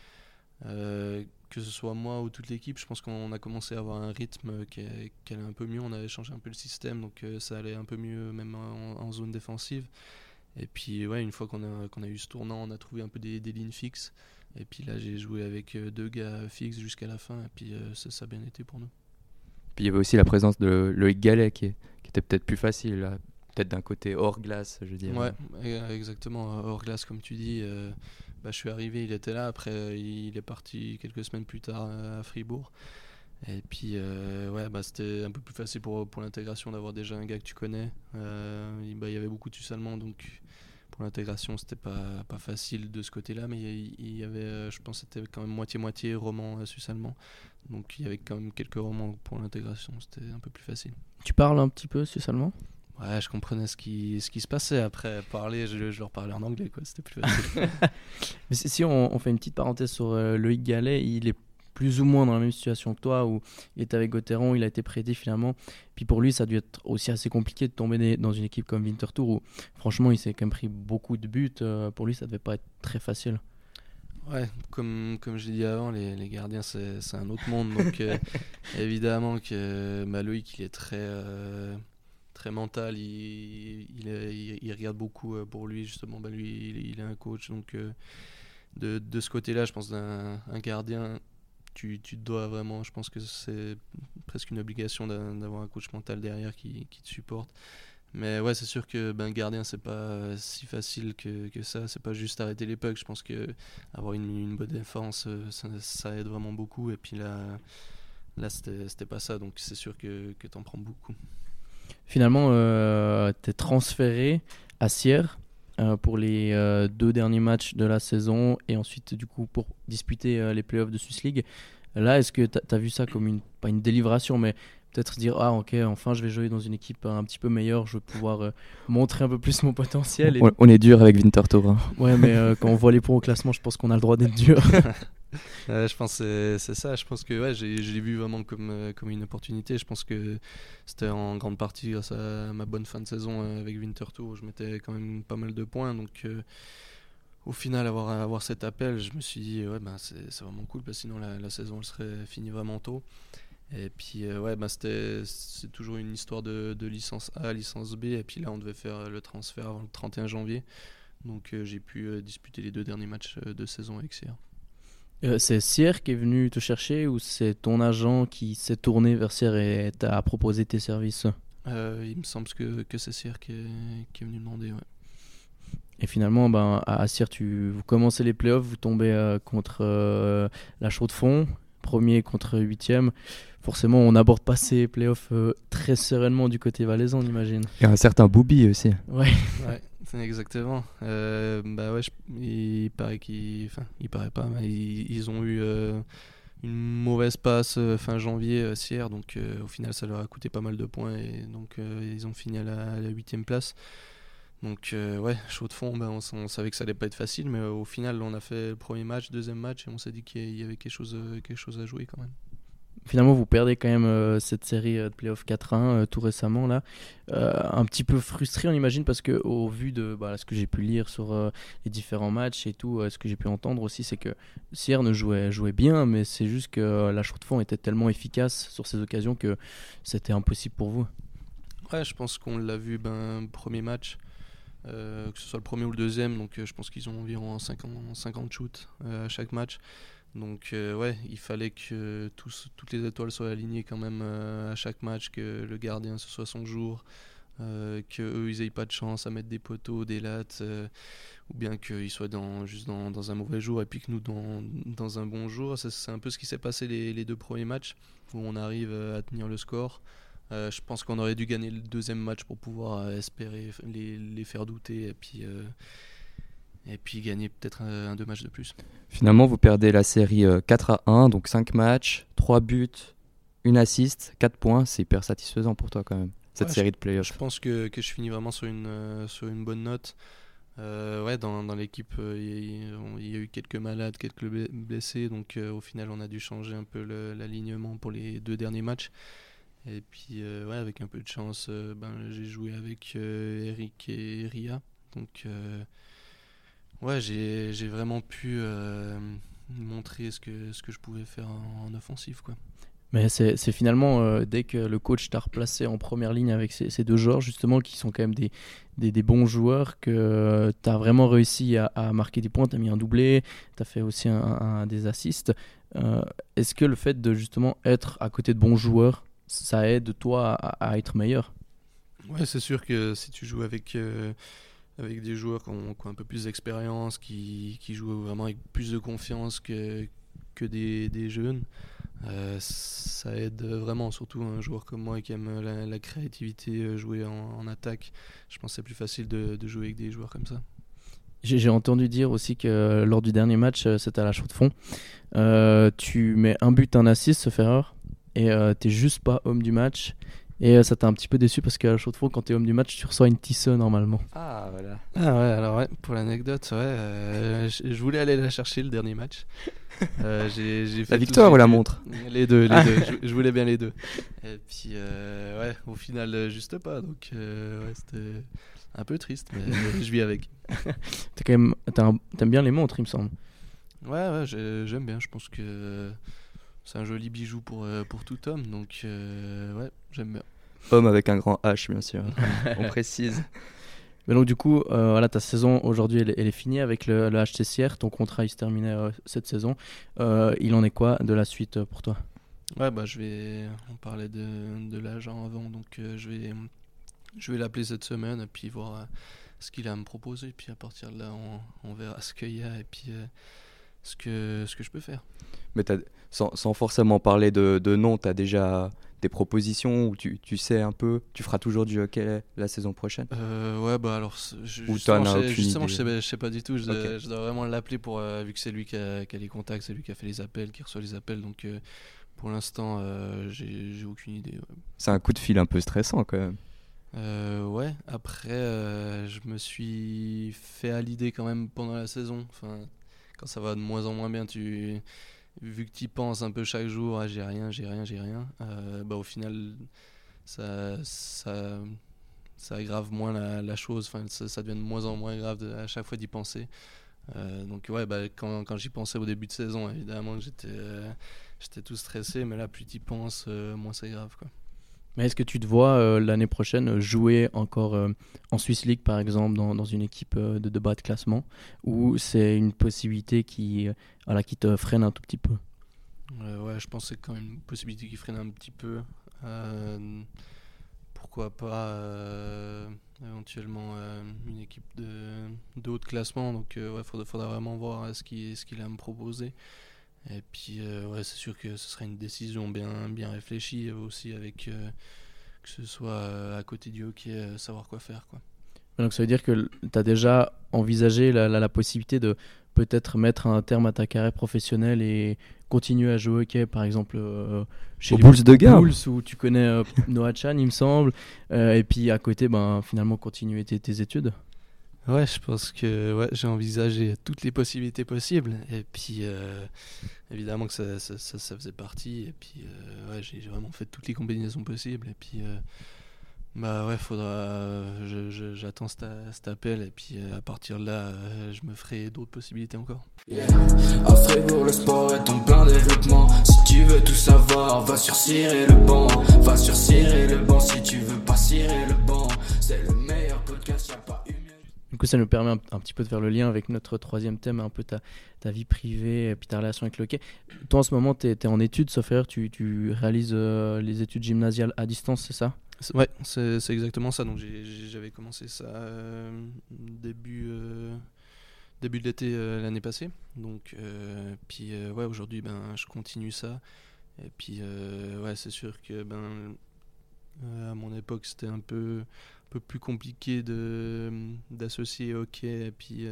que ce soit moi ou toute l'équipe, je pense qu'on a commencé à avoir un rythme qui allait un peu mieux. On avait changé un peu le système, donc ça allait un peu mieux même en zone défensive. Et puis ouais, une fois qu'on a eu ce tournant, on a trouvé un peu des lignes fixes. Et puis là, j'ai joué avec 2 gars fixes jusqu'à la fin, et puis ça a bien été pour nous. Puis il y avait aussi la présence de Loïc Gallet qui était peut-être plus facile, là. Peut-être d'un côté hors glace, je dirais. Ouais, exactement, hors glace comme tu dis. Je suis arrivé, il était là. Après, il est parti quelques semaines plus tard à Fribourg. Et puis, c'était un peu plus facile pour l'intégration d'avoir déjà un gars que tu connais. Il y avait beaucoup de Suisses allemands, donc pour l'intégration, c'était pas facile de ce côté-là. Mais il y avait, je pense, que c'était quand même moitié-moitié roman suisse-allemand. Donc il y avait quand même quelques romans pour l'intégration. C'était un peu plus facile. Tu parles un petit peu suisse-allemand? Ouais, je comprenais ce qui se passait. Après, parler, je leur parlais en anglais, quoi. C'était plus facile. Mais si on fait une petite parenthèse sur Loïc Gallet, il est plus ou moins dans la même situation que toi, où il était avec Gauthieron, il a été prêté finalement. Puis pour lui, ça a dû être aussi assez compliqué de tomber dans une équipe comme Winterthur, où franchement, il s'est quand même pris beaucoup de buts. Pour lui, ça devait pas être très facile. Ouais, comme je l'ai dit avant, les gardiens, c'est un autre monde. Donc évidemment que Loïc, il est très mental, il regarde beaucoup pour lui, justement. Lui, il est un coach, donc de ce côté-là, je pense d'un gardien, tu dois vraiment, je pense que c'est presque une obligation d'avoir un coach mental derrière qui te supporte. Mais ouais, c'est sûr que gardien, c'est pas si facile que ça. C'est pas juste arrêter les pucks. Je pense que avoir une bonne défense, ça aide vraiment beaucoup. Et puis là c'était pas ça, donc c'est sûr que t'en prends beaucoup. Finalement, t'es transféré à Sierre pour les 2 derniers matchs de la saison, et ensuite du coup pour disputer les playoffs de Swiss League. Là, est-ce que t'as vu ça comme pas une délibération, mais peut-être dire ok, enfin je vais jouer dans une équipe un petit peu meilleure, je vais pouvoir montrer un peu plus mon potentiel. On est dur avec Winterthur, hein. Ouais, mais quand on voit les points au classement, je pense qu'on a le droit d'être dur. Je pense que c'est ça. Je pense que je l'ai vu vraiment comme une opportunité. Je pense que c'était en grande partie grâce à ma bonne fin de saison avec Winterthur, où je mettais quand même pas mal de points. Donc au final, avoir cet appel, je me suis dit c'est vraiment cool, parce que sinon la saison elle serait finie vraiment tôt. Et puis c'est toujours une histoire de licence A, licence B. Et puis là, on devait faire le transfert avant le 31 janvier. Donc j'ai pu disputer les 2 derniers matchs de saison avec Sierre. C'est Sierre qui est venu te chercher, ou c'est ton agent qui s'est tourné vers Sierre et t'a proposé tes services? Il me semble que c'est Sierre qui est venu demander, ouais. Et finalement, à Sierre, vous commencez les playoffs, vous tombez contre la Chaux-de-Fonds, premier contre 8e. Forcément, on n'aborde pas ces playoffs très sereinement du côté valaisan, on imagine. Il y a un certain Boubi aussi. Ouais. Exactement. Il paraît il paraît pas, mais ils ont eu une mauvaise passe fin janvier Sierre, donc au final ça leur a coûté pas mal de points, et donc ils ont fini à la 8e place. Donc chaud de fond, on savait que ça allait pas être facile, mais au final on a fait le premier match, deuxième match, et on s'est dit qu'il y avait quelque chose à jouer quand même. Finalement, vous perdez quand même cette série de playoff 4-1 tout récemment là. Un petit peu frustré, on imagine, parce que au vu de ce que j'ai pu lire sur les différents matchs et tout, ce que j'ai pu entendre aussi, c'est que Sierre jouait bien, mais c'est juste que la Chaux-de-Fonds était tellement efficace sur ces occasions que c'était impossible pour vous. Ouais, je pense qu'on l'a vu premier match, que ce soit le premier ou le deuxième, donc je pense qu'ils ont environ 50 shoots à chaque match. Donc il fallait que toutes les étoiles soient alignées quand même à chaque match, que le gardien ce soit son jour, qu'eux ils aient pas de chance à mettre des poteaux, des lattes, ou bien qu'ils soient juste dans un mauvais jour et puis que nous dans un bon jour. C'est un peu ce qui s'est passé les 2 premiers matchs où on arrive à tenir le score. Je pense qu'on aurait dû gagner le deuxième match pour pouvoir espérer les faire douter et puis gagner peut-être 2 matchs de plus. Finalement, vous perdez la série 4-1, donc 5 matchs, 3 buts, 1 assist, 4 points. C'est hyper satisfaisant pour toi quand même, cette série de playoffs. Je pense que je finis vraiment sur une bonne note. Dans l'équipe, il y a eu quelques malades, quelques blessés, donc au final on a dû changer un peu l'alignement pour les 2 derniers matchs. Et puis avec un peu de chance, j'ai joué avec Eric et Ria, donc j'ai vraiment pu montrer ce que je pouvais faire en offensif, quoi. Mais c'est finalement dès que le coach t'a replacé en première ligne avec ces 2 joueurs justement qui sont quand même des bons joueurs, que tu as vraiment réussi à marquer des points, tu as mis un doublé, tu as fait aussi des assists. Est-ce que le fait de justement être à côté de bons joueurs, ça aide toi à être meilleur? Ouais, c'est sûr que si tu joues avec des joueurs qui ont un peu plus d'expérience, qui jouent vraiment avec plus de confiance que des jeunes, ça aide vraiment, surtout un joueur comme moi qui aime la créativité, jouer en attaque. Je pense que c'est plus facile de jouer avec des joueurs comme ça. J'ai entendu dire aussi que lors du dernier match, c'était à la Chaux-de-Fonds, tu mets un but, un assist, sauf erreur, et t'es juste pas homme du match. Et ça t'a un petit peu déçu parce qu'à la Chaux-de-Fonds, quand t'es homme du match, tu reçois une tisse normalement. Ah voilà. Ah ouais, alors pour l'anecdote, je voulais aller la chercher le dernier match. J'ai fait la victoire ou la montre? Les deux. Je voulais bien les deux. Et puis au final juste pas, donc c'était un peu triste, mais je vis avec. T'aimes bien les montres, il me semble. Ouais, j'aime bien. Je pense que c'est un joli bijou pour tout homme, donc j'aime bien. Homme avec un grand H, bien sûr. On précise. Mais donc du coup, ta saison aujourd'hui, elle est finie avec le HCCR. Ton contrat il se terminait cette saison. Il en est quoi de la suite pour toi? Ouais, on parlait de l'agent avant, donc je vais l'appeler cette semaine et puis voir ce qu'il a à me proposer. Puis à partir de là, on verra ce qu'il y a et puis ce que je peux faire. Mais sans forcément parler de nom, tu as déjà des propositions où tu sais un peu, tu feras toujours du hockey la saison prochaine? Alors justement je sais pas du tout. Je dois vraiment l'appeler vu que c'est lui qui a les contacts, c'est lui qui a fait les appels, qui reçoit les appels, donc pour l'instant j'ai aucune idée. Ouais. C'est un coup de fil un peu stressant quand même. Après je me suis fait à l'idée quand même pendant la saison, enfin quand ça va de moins en moins bien, vu que tu y penses un peu chaque jour, j'ai rien, au final ça aggrave moins la chose, enfin ça devient de moins en moins grave à chaque fois d'y penser. Donc quand j'y pensais au début de saison, évidemment que j'étais tout stressé, mais là plus tu y penses, moins c'est grave, quoi. Mais est-ce que tu te vois l'année prochaine jouer encore en Swiss League par exemple dans une équipe de bas de classement, ou c'est une possibilité qui te freine un tout petit peu? Je pense que c'est quand même une possibilité qui freine un petit peu. Pourquoi pas éventuellement une équipe de haut de classement, donc faudra vraiment voir ce qu'il a à me proposer. Et puis c'est sûr que ce serait une décision bien réfléchie aussi, avec que ce soit à côté du hockey, savoir quoi faire, quoi. Donc ça veut dire que tu as déjà envisagé la possibilité de peut-être mettre un terme à ta carrière professionnelle et continuer à jouer au hockey, par exemple chez les Bulls de Gap, où tu connais Noah Chan, il me semble, et puis à côté finalement continuer tes études? Ouais, je pense que j'ai envisagé toutes les possibilités possibles. Et puis, évidemment que ça faisait partie. Et puis, j'ai vraiment fait toutes les combinaisons possibles. Et puis, j'attends cet appel. Et puis, à partir de là, je me ferai d'autres possibilités encore. Yeah. À Fribourg, le sport est en plein développement. Si tu veux tout savoir, va sur Cirer le banc. Va sur Cirer le banc si tu veux pas cirer le banc. C'est le meilleur podcast, y'a pas eu mieux. Du coup, ça nous permet un petit peu de faire le lien avec notre troisième thème, un peu ta vie privée et puis ta relation avec le hockey. Toi, en ce moment, tu es en études, sauf erreur, tu réalises les études gymnasiales à distance, c'est ça ? Ouais, c'est exactement ça. Donc j'avais commencé ça début de l'été l'année passée. Donc aujourd'hui je continue ça. Et puis c'est sûr que à mon époque c'était un peu plus compliqué d'associer hockey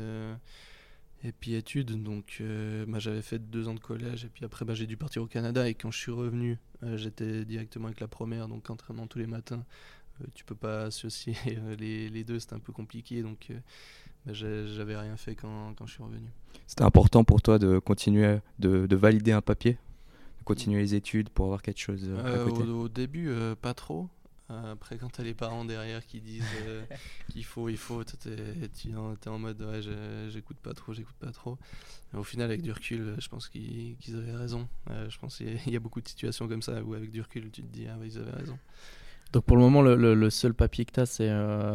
et puis études. Donc j'avais fait 2 ans de collège et puis après j'ai dû partir au Canada, et quand je suis revenu j'étais directement avec la première, donc entraînement tous les matins. Tu peux pas associer les deux, c'était un peu compliqué, donc j'avais rien fait quand je suis revenu. C'était important pour toi de continuer de valider un papier, de continuer les études pour avoir quelque chose à côté? Au début pas trop. Après, quand t'as les parents derrière qui disent qu'il faut, t'es en mode j'écoute pas trop. Et au final, avec du recul, je pense qu'ils avaient raison. Je pense qu'il y a beaucoup de situations comme ça où, avec du recul, tu te dis ils avaient raison. Donc pour le moment, le seul papier que tu as, c'est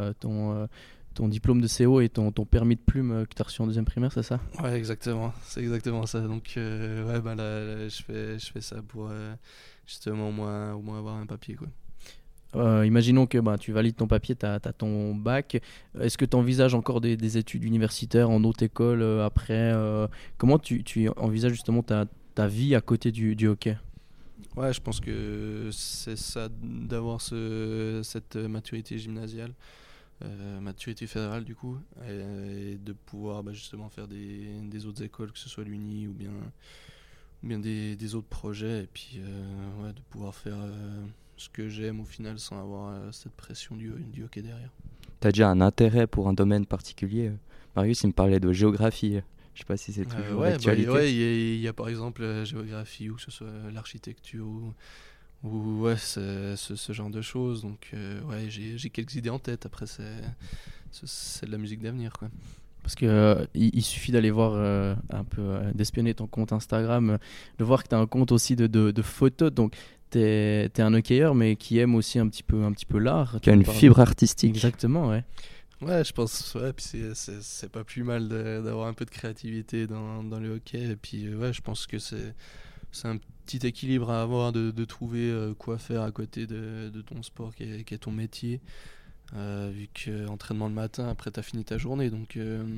ton diplôme de CO et ton permis de plume que tu as reçu en deuxième primaire, c'est ça ? Ouais, exactement. C'est exactement ça. Donc là, je fais ça pour justement au moins avoir un papier, quoi. Imaginons que tu valides ton papier, tu as ton bac. Est-ce que tu envisages encore des études universitaires en haute école après Comment tu envisages justement ta vie à côté du hockey ? Ouais, je pense que c'est ça, d'avoir cette maturité gymnasiale, maturité fédérale du coup, et de pouvoir justement faire des autres écoles, que ce soit l'Uni ou bien des autres projets, et puis de pouvoir faire ce que j'aime au final sans avoir cette pression du hockey derrière. Tu as déjà un intérêt pour un domaine particulier? Marius, il me parlait de géographie. Je sais pas si c'est toujours d'actualité. Il y a par exemple la géographie, ou que ce soit l'architecture, ou ce genre de choses. Donc j'ai quelques idées en tête. Après, c'est de la musique d'avenir, quoi. Parce que il suffit d'aller voir d'espionner ton compte Instagram, de voir que tu as un compte aussi de photos. Donc t'es un hockeyeur, mais qui aime aussi un petit peu l'art. Qui a une fibre artistique. Exactement, ouais. Ouais, je pense, puis c'est pas plus mal d'avoir un peu de créativité dans le hockey. Et puis je pense que c'est un petit équilibre à avoir, de trouver quoi faire à côté de ton sport qui est ton métier. Vu qu'entraînement le matin, après t'as fini ta journée, donc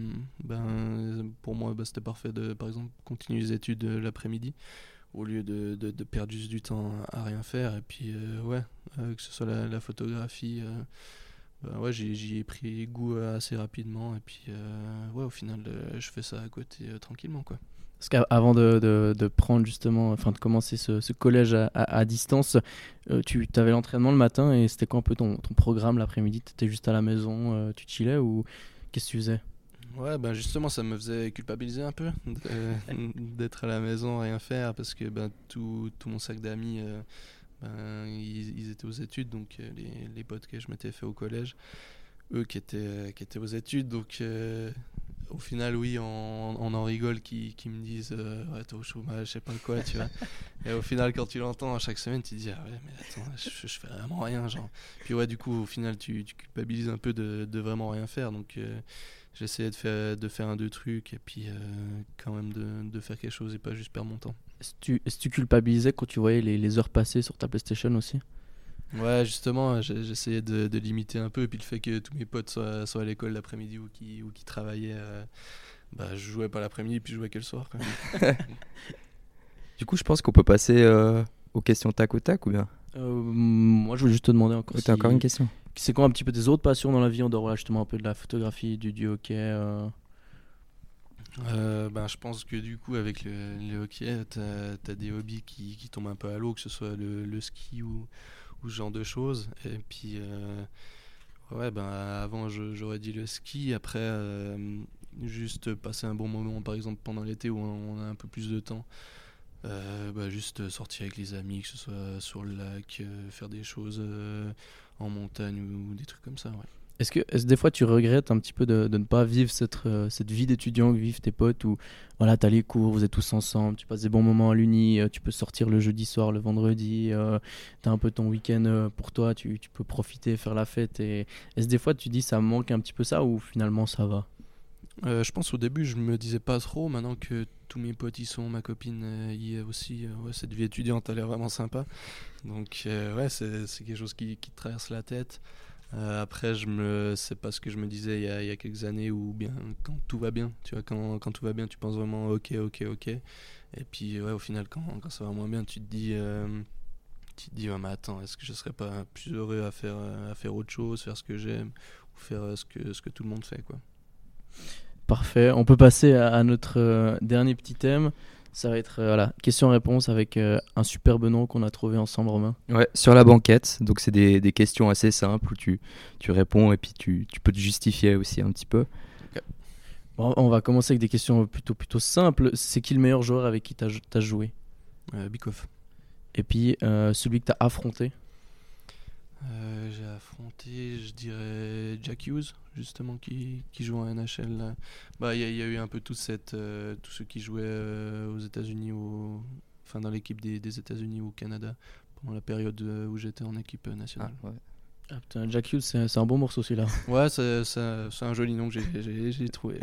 pour moi c'était parfait de, par exemple, continuer les études l'après-midi au lieu de perdre juste du temps à rien faire. Et puis que ce soit la photographie, j'y ai pris goût assez rapidement, et puis au final je fais ça à côté tranquillement, quoi. Parce qu'avant de prendre justement, de commencer ce collège à distance, tu avais l'entraînement le matin, et c'était quoi un peu ton programme l'après-midi ? Tu étais juste à la maison, tu chillais, ou qu'est-ce que tu faisais ? Ouais, justement, ça me faisait culpabiliser un peu d'être à la maison, rien faire, parce que tout mon sac d'amis, ils étaient aux études, donc les potes que je m'étais fait au collège, eux qui étaient aux études, donc au final, oui, on en rigole, qui me disent t'es au chômage, je sais pas quoi, tu vois. Et au final, quand tu l'entends chaque semaine, tu te dis mais attends, je fais vraiment rien, genre. Puis du coup, au final, tu culpabilises un peu de vraiment rien faire, donc j'essayais de faire 1-2 trucs, et puis quand même de faire quelque chose et pas juste perdre mon temps. Est-ce que tu culpabilisais quand tu voyais les heures passées sur ta PlayStation aussi ? Ouais, justement, j'essayais de limiter un peu, et puis le fait que tous mes potes soient à l'école l'après-midi ou qui travaillaient, je jouais pas l'après-midi, puis je jouais que le soir, quoi. Du coup, je pense qu'on peut passer aux questions tac au tac, ou bien moi, je voulais juste te demander encore. T'as encore une question ? C'est quoi un petit peu tes autres passions dans la vie, en dehors justement un peu de la photographie, du hockey Je pense que du coup, avec le hockey, t'as des hobbies qui tombent un peu à l'eau, que ce soit le ski ou ce genre de choses. Et puis Ouais, ben avant j'aurais dit le ski, après juste passer un bon moment par exemple pendant l'été où on a un peu plus de temps. Juste sortir avec les amis, que ce soit sur le lac, faire des choses en montagne ou des trucs comme ça, ouais. Est-ce que des fois tu regrettes un petit peu de ne pas vivre cette vie d'étudiant que vivent tes potes où voilà, tu as les cours, vous êtes tous ensemble, tu passes des bons moments à l'uni, tu peux sortir le jeudi soir, le vendredi, tu as un peu ton week-end pour toi, tu peux profiter, faire la fête. Et est-ce que des fois tu dis ça me manque un petit peu ça ou finalement ça va? Je pense au début je me disais pas trop, maintenant que tous mes potes y sont, ma copine y est aussi, ouais, cette vie étudiante elle est vraiment sympa. Donc ouais, c'est quelque chose qui te traverse la tête. Après, c'est pas ce que je me disais il y a quelques années, ou bien quand tout va bien, tu vois, quand tout va bien, tu penses vraiment ok. Et puis ouais, au final, quand ça va moins bien, tu te dis ouais, mais attends, est-ce que je serais pas plus heureux à faire autre chose, faire ce que j'aime, ou faire ce que tout le monde fait, quoi. Parfait, on peut passer à notre dernier petit thème. Ça va être voilà, question-réponse avec un superbe nom qu'on a trouvé ensemble, Romain. Ouais, sur la banquette. Donc, c'est des questions assez simples où tu réponds et puis tu peux te justifier aussi un petit peu. Okay. Bon, on va commencer avec des questions plutôt simples. C'est qui le meilleur joueur avec qui tu as joué? Bikoff. Et puis, celui que tu as affronté? J'ai affronté, je dirais, Jack Hughes, justement, qui joue en NHL. Il y a eu un peu tous ceux qui jouaient aux États-Unis, enfin dans l'équipe des États-Unis ou au Canada, pendant la période où j'étais en équipe nationale. Ah, ouais. Ah, putain, Jack Hughes, c'est un bon morceau celui-là. Ouais, c'est un joli nom que j'ai trouvé.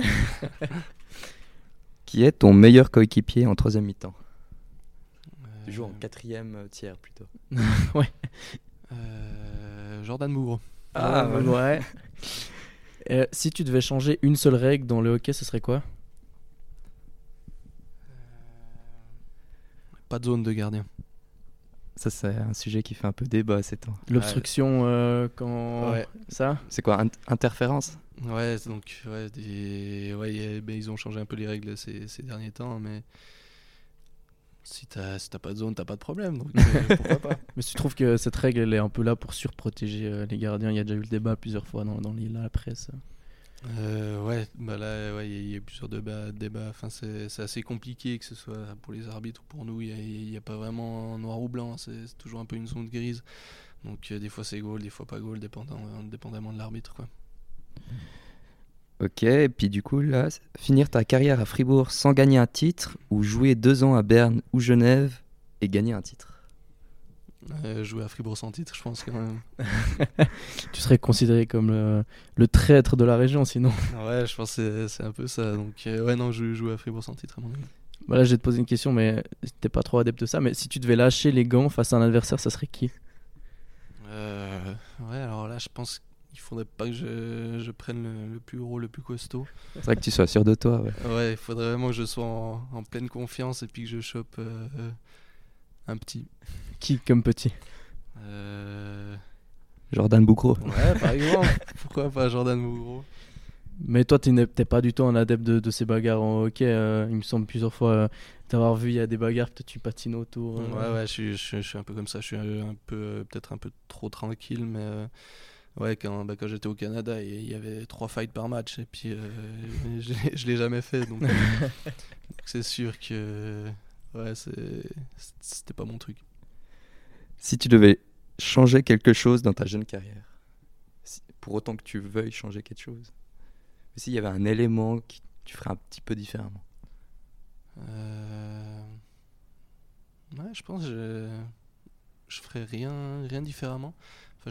Qui est ton meilleur coéquipier en troisième mi-temps? Tu joues en quatrième tiers plutôt. Ouais. Jordan Mougro. Ah, ouais. Si tu devais changer une seule règle dans le hockey, ce serait quoi? Pas de zone de gardien. Ça, c'est un sujet qui fait un peu débat ces temps. L'obstruction quand... Ouais. Ça? C'est quoi, interférence? Ouais, donc ils ont changé un peu les règles ces derniers temps, mais si t'as pas de zone, t'as pas de problème, donc pourquoi pas. Mais tu trouves que cette règle, elle est un peu là pour surprotéger les gardiens? Il y a déjà eu le débat plusieurs fois dans la presse. Ouais, là, ouais, il y a plusieurs débats. Enfin, c'est assez compliqué, que ce soit pour les arbitres ou pour nous. Il y a pas vraiment noir ou blanc. C'est toujours un peu une zone grise. Donc des fois c'est goal, des fois pas goal, dépendamment de l'arbitre, quoi. Ok, et puis du coup, là, finir ta carrière à Fribourg sans gagner un titre, ou jouer 2 ans à Berne ou Genève et gagner un titre? Jouer à Fribourg sans titre, je pense, quand même. Tu serais considéré comme le traître de la région, sinon. Ouais, je pense que c'est un peu ça. Donc ouais, non, je joue à Fribourg sans titre, à mon avis. Bah là, je vais te poser une question, mais t'es pas trop adepte de ça. Mais si tu devais lâcher les gants face à un adversaire, ça serait qui? Ouais, alors là, je pense qu'il faudrait pas que je prenne le plus gros, le plus costaud. C'est vrai que tu sois sûr de toi, ouais. Ouais, il faudrait vraiment que je sois en pleine confiance et puis que je chope un petit. Qui comme petit? Jordan Boukro. Ouais, par exemple. Pourquoi pas Jordan Mougro? Mais toi, t'es pas du tout un adepte de ces bagarres en hockey. Il me semble plusieurs fois t'avoir vu, il y a des bagarres, peut-être tu patines autour. Ouais, je suis un peu comme ça. Je suis peut-être un peu trop tranquille, mais ouais, quand j'étais au Canada, il y avait 3 fights par match et puis je l'ai jamais fait. Donc c'est sûr que ouais, c'était pas mon truc. Si tu devais changer quelque chose dans ta jeune carrière, pour autant que tu veuilles changer quelque chose, mais s'il y avait un élément que tu ferais un petit peu différemment? Ouais, je pense que je ferais rien différemment. Enfin,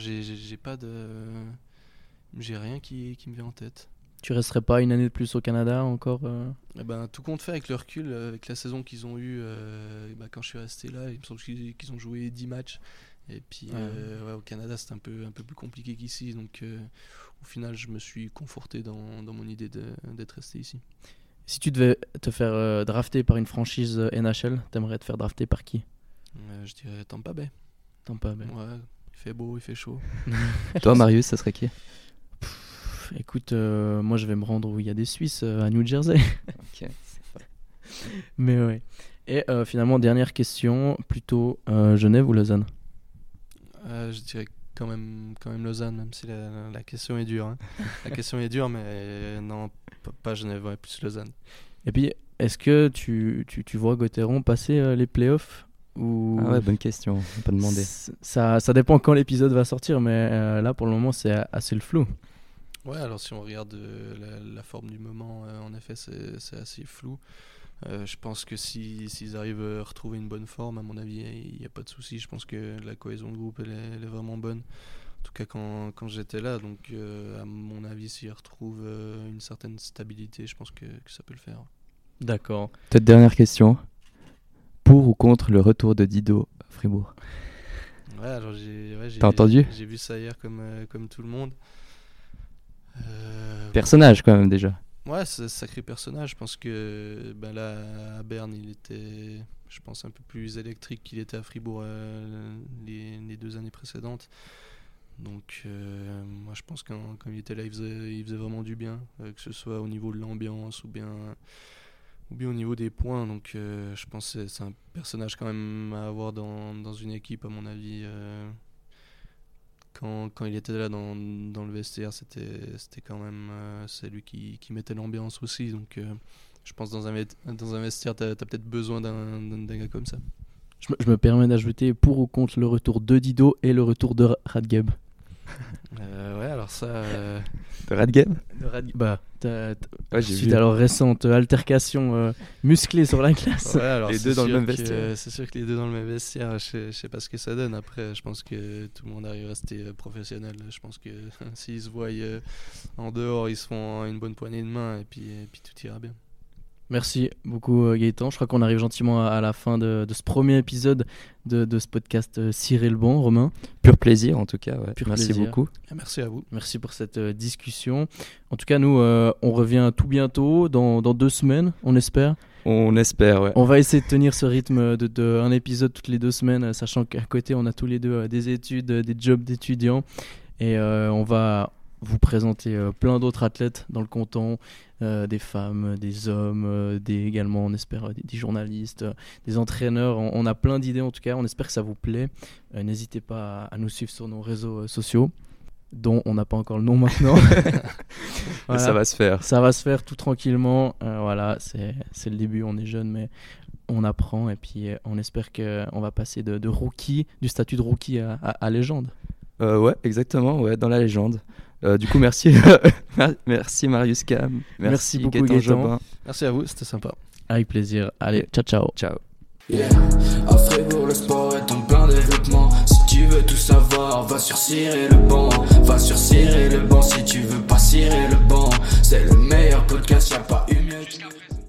j'ai rien qui me vient en tête. Tu resterais pas une année de plus au Canada encore Tout compte fait, avec le recul, avec la saison qu'ils ont eue quand je suis resté là, il me semble qu'ils ont joué 10 matchs. Et puis ouais, au Canada, c'était un peu plus compliqué qu'ici. Donc au final, je me suis conforté dans mon idée d'être resté ici. Si tu devais te faire drafter par une franchise NHL, t'aimerais te faire drafter par qui? Je dirais Tampa Bay. Tampa Bay. Ouais, il fait beau, il fait chaud. Toi, Marius, ça serait qui? Écoute, moi je vais me rendre où il y a des Suisses, à New Jersey. Ok. Mais ouais. Et finalement, dernière question, plutôt Genève ou Lausanne? Je dirais quand même Lausanne, même si la question est dure. Hein. La question est dure, mais non, pas Genève, ouais, plus Lausanne. Et puis, est-ce que tu vois Gauthieron passer les playoffs ou... Ah ouais, bonne question, on va pas demander. Ça dépend quand l'épisode va sortir, mais là, pour le moment, c'est assez le flou. Ouais, alors si on regarde la forme du moment, en effet, c'est assez flou. Je pense que s'ils arrivent à retrouver une bonne forme, à mon avis, il n'y a pas de souci. Je pense que la cohésion de groupe, elle est vraiment bonne. En tout cas, quand j'étais là. Donc, à mon avis, s'ils retrouvent une certaine stabilité, je pense que ça peut le faire. D'accord. Peut-être dernière question. Pour ou contre le retour de Dido à Fribourg? Ouais, alors T'as entendu? J'ai vu ça hier comme tout le monde. Personnage quand même déjà. Ouais, c'est un sacré personnage. Je pense que là, à Berne, il était, je pense, un peu plus électrique qu'il était à Fribourg les 2 années précédentes. Donc, moi, je pense que quand il était là, il faisait vraiment du bien, que ce soit au niveau de l'ambiance ou bien au niveau des points. Donc, je pense que c'est un personnage quand même à avoir dans une équipe, à mon avis. Quand il était là dans le vestiaire, c'était quand même c'est lui qui mettait l'ambiance aussi. Donc je pense dans un vestiaire, t'as peut-être besoin d'un gars comme ça. Je me permets d'ajouter pour ou contre le retour de Dido et le retour de Radgeb. Ouais, alors ça... De Radgeb? Bah, j'ai suite vu. à leur récente altercation musclée sur la glace. Ouais, alors Les deux dans le même vestiaire. C'est sûr que les deux dans le même vestiaire, je sais pas ce que ça donne. Après, je pense que tout le monde arrive à rester professionnel. Je pense que s'ils se voient en dehors, ils se font une bonne poignée de main et puis tout ira bien. Merci beaucoup Gaëtan. Je crois qu'on arrive gentiment à la fin de ce premier épisode de ce podcast Cirer le banc, Romain. Pur plaisir en tout cas, ouais. Pur Merci plaisir. beaucoup. Et merci à vous. Merci pour cette discussion. En tout cas, nous, on revient tout bientôt, dans 2 semaines, on espère. On espère, ouais. On va essayer de tenir ce rythme de un épisode toutes les 2 semaines, sachant qu'à côté, on a tous les deux des études, des jobs d'étudiants. Et on va vous présenter plein d'autres athlètes dans le canton, des femmes, des hommes, également, on espère, des journalistes, des entraîneurs. On a plein d'idées en tout cas, on espère que ça vous plaît. N'hésitez pas à nous suivre sur nos réseaux sociaux, dont on n'a pas encore le nom maintenant. Voilà. Ça va se faire. Ça va se faire tout tranquillement. Voilà, c'est le début, on est jeune, mais on apprend. Et puis on espère qu'on va passer de rookie, du statut de rookie à légende. Ouais, exactement, ouais, dans la légende. Du coup, merci, merci Marius Cam. Merci beaucoup, Gaëtan Gaëtan. Jobin. Merci à vous, c'était sympa. Avec plaisir. Allez, ciao. Ciao. Yeah. À Fribourg, le sport est en plein développement. Si tu veux tout savoir, va sur Cirer le banc. Va sur Cirer le banc si tu veux pas cirer le banc. C'est le meilleur podcast, y'a pas une mieux.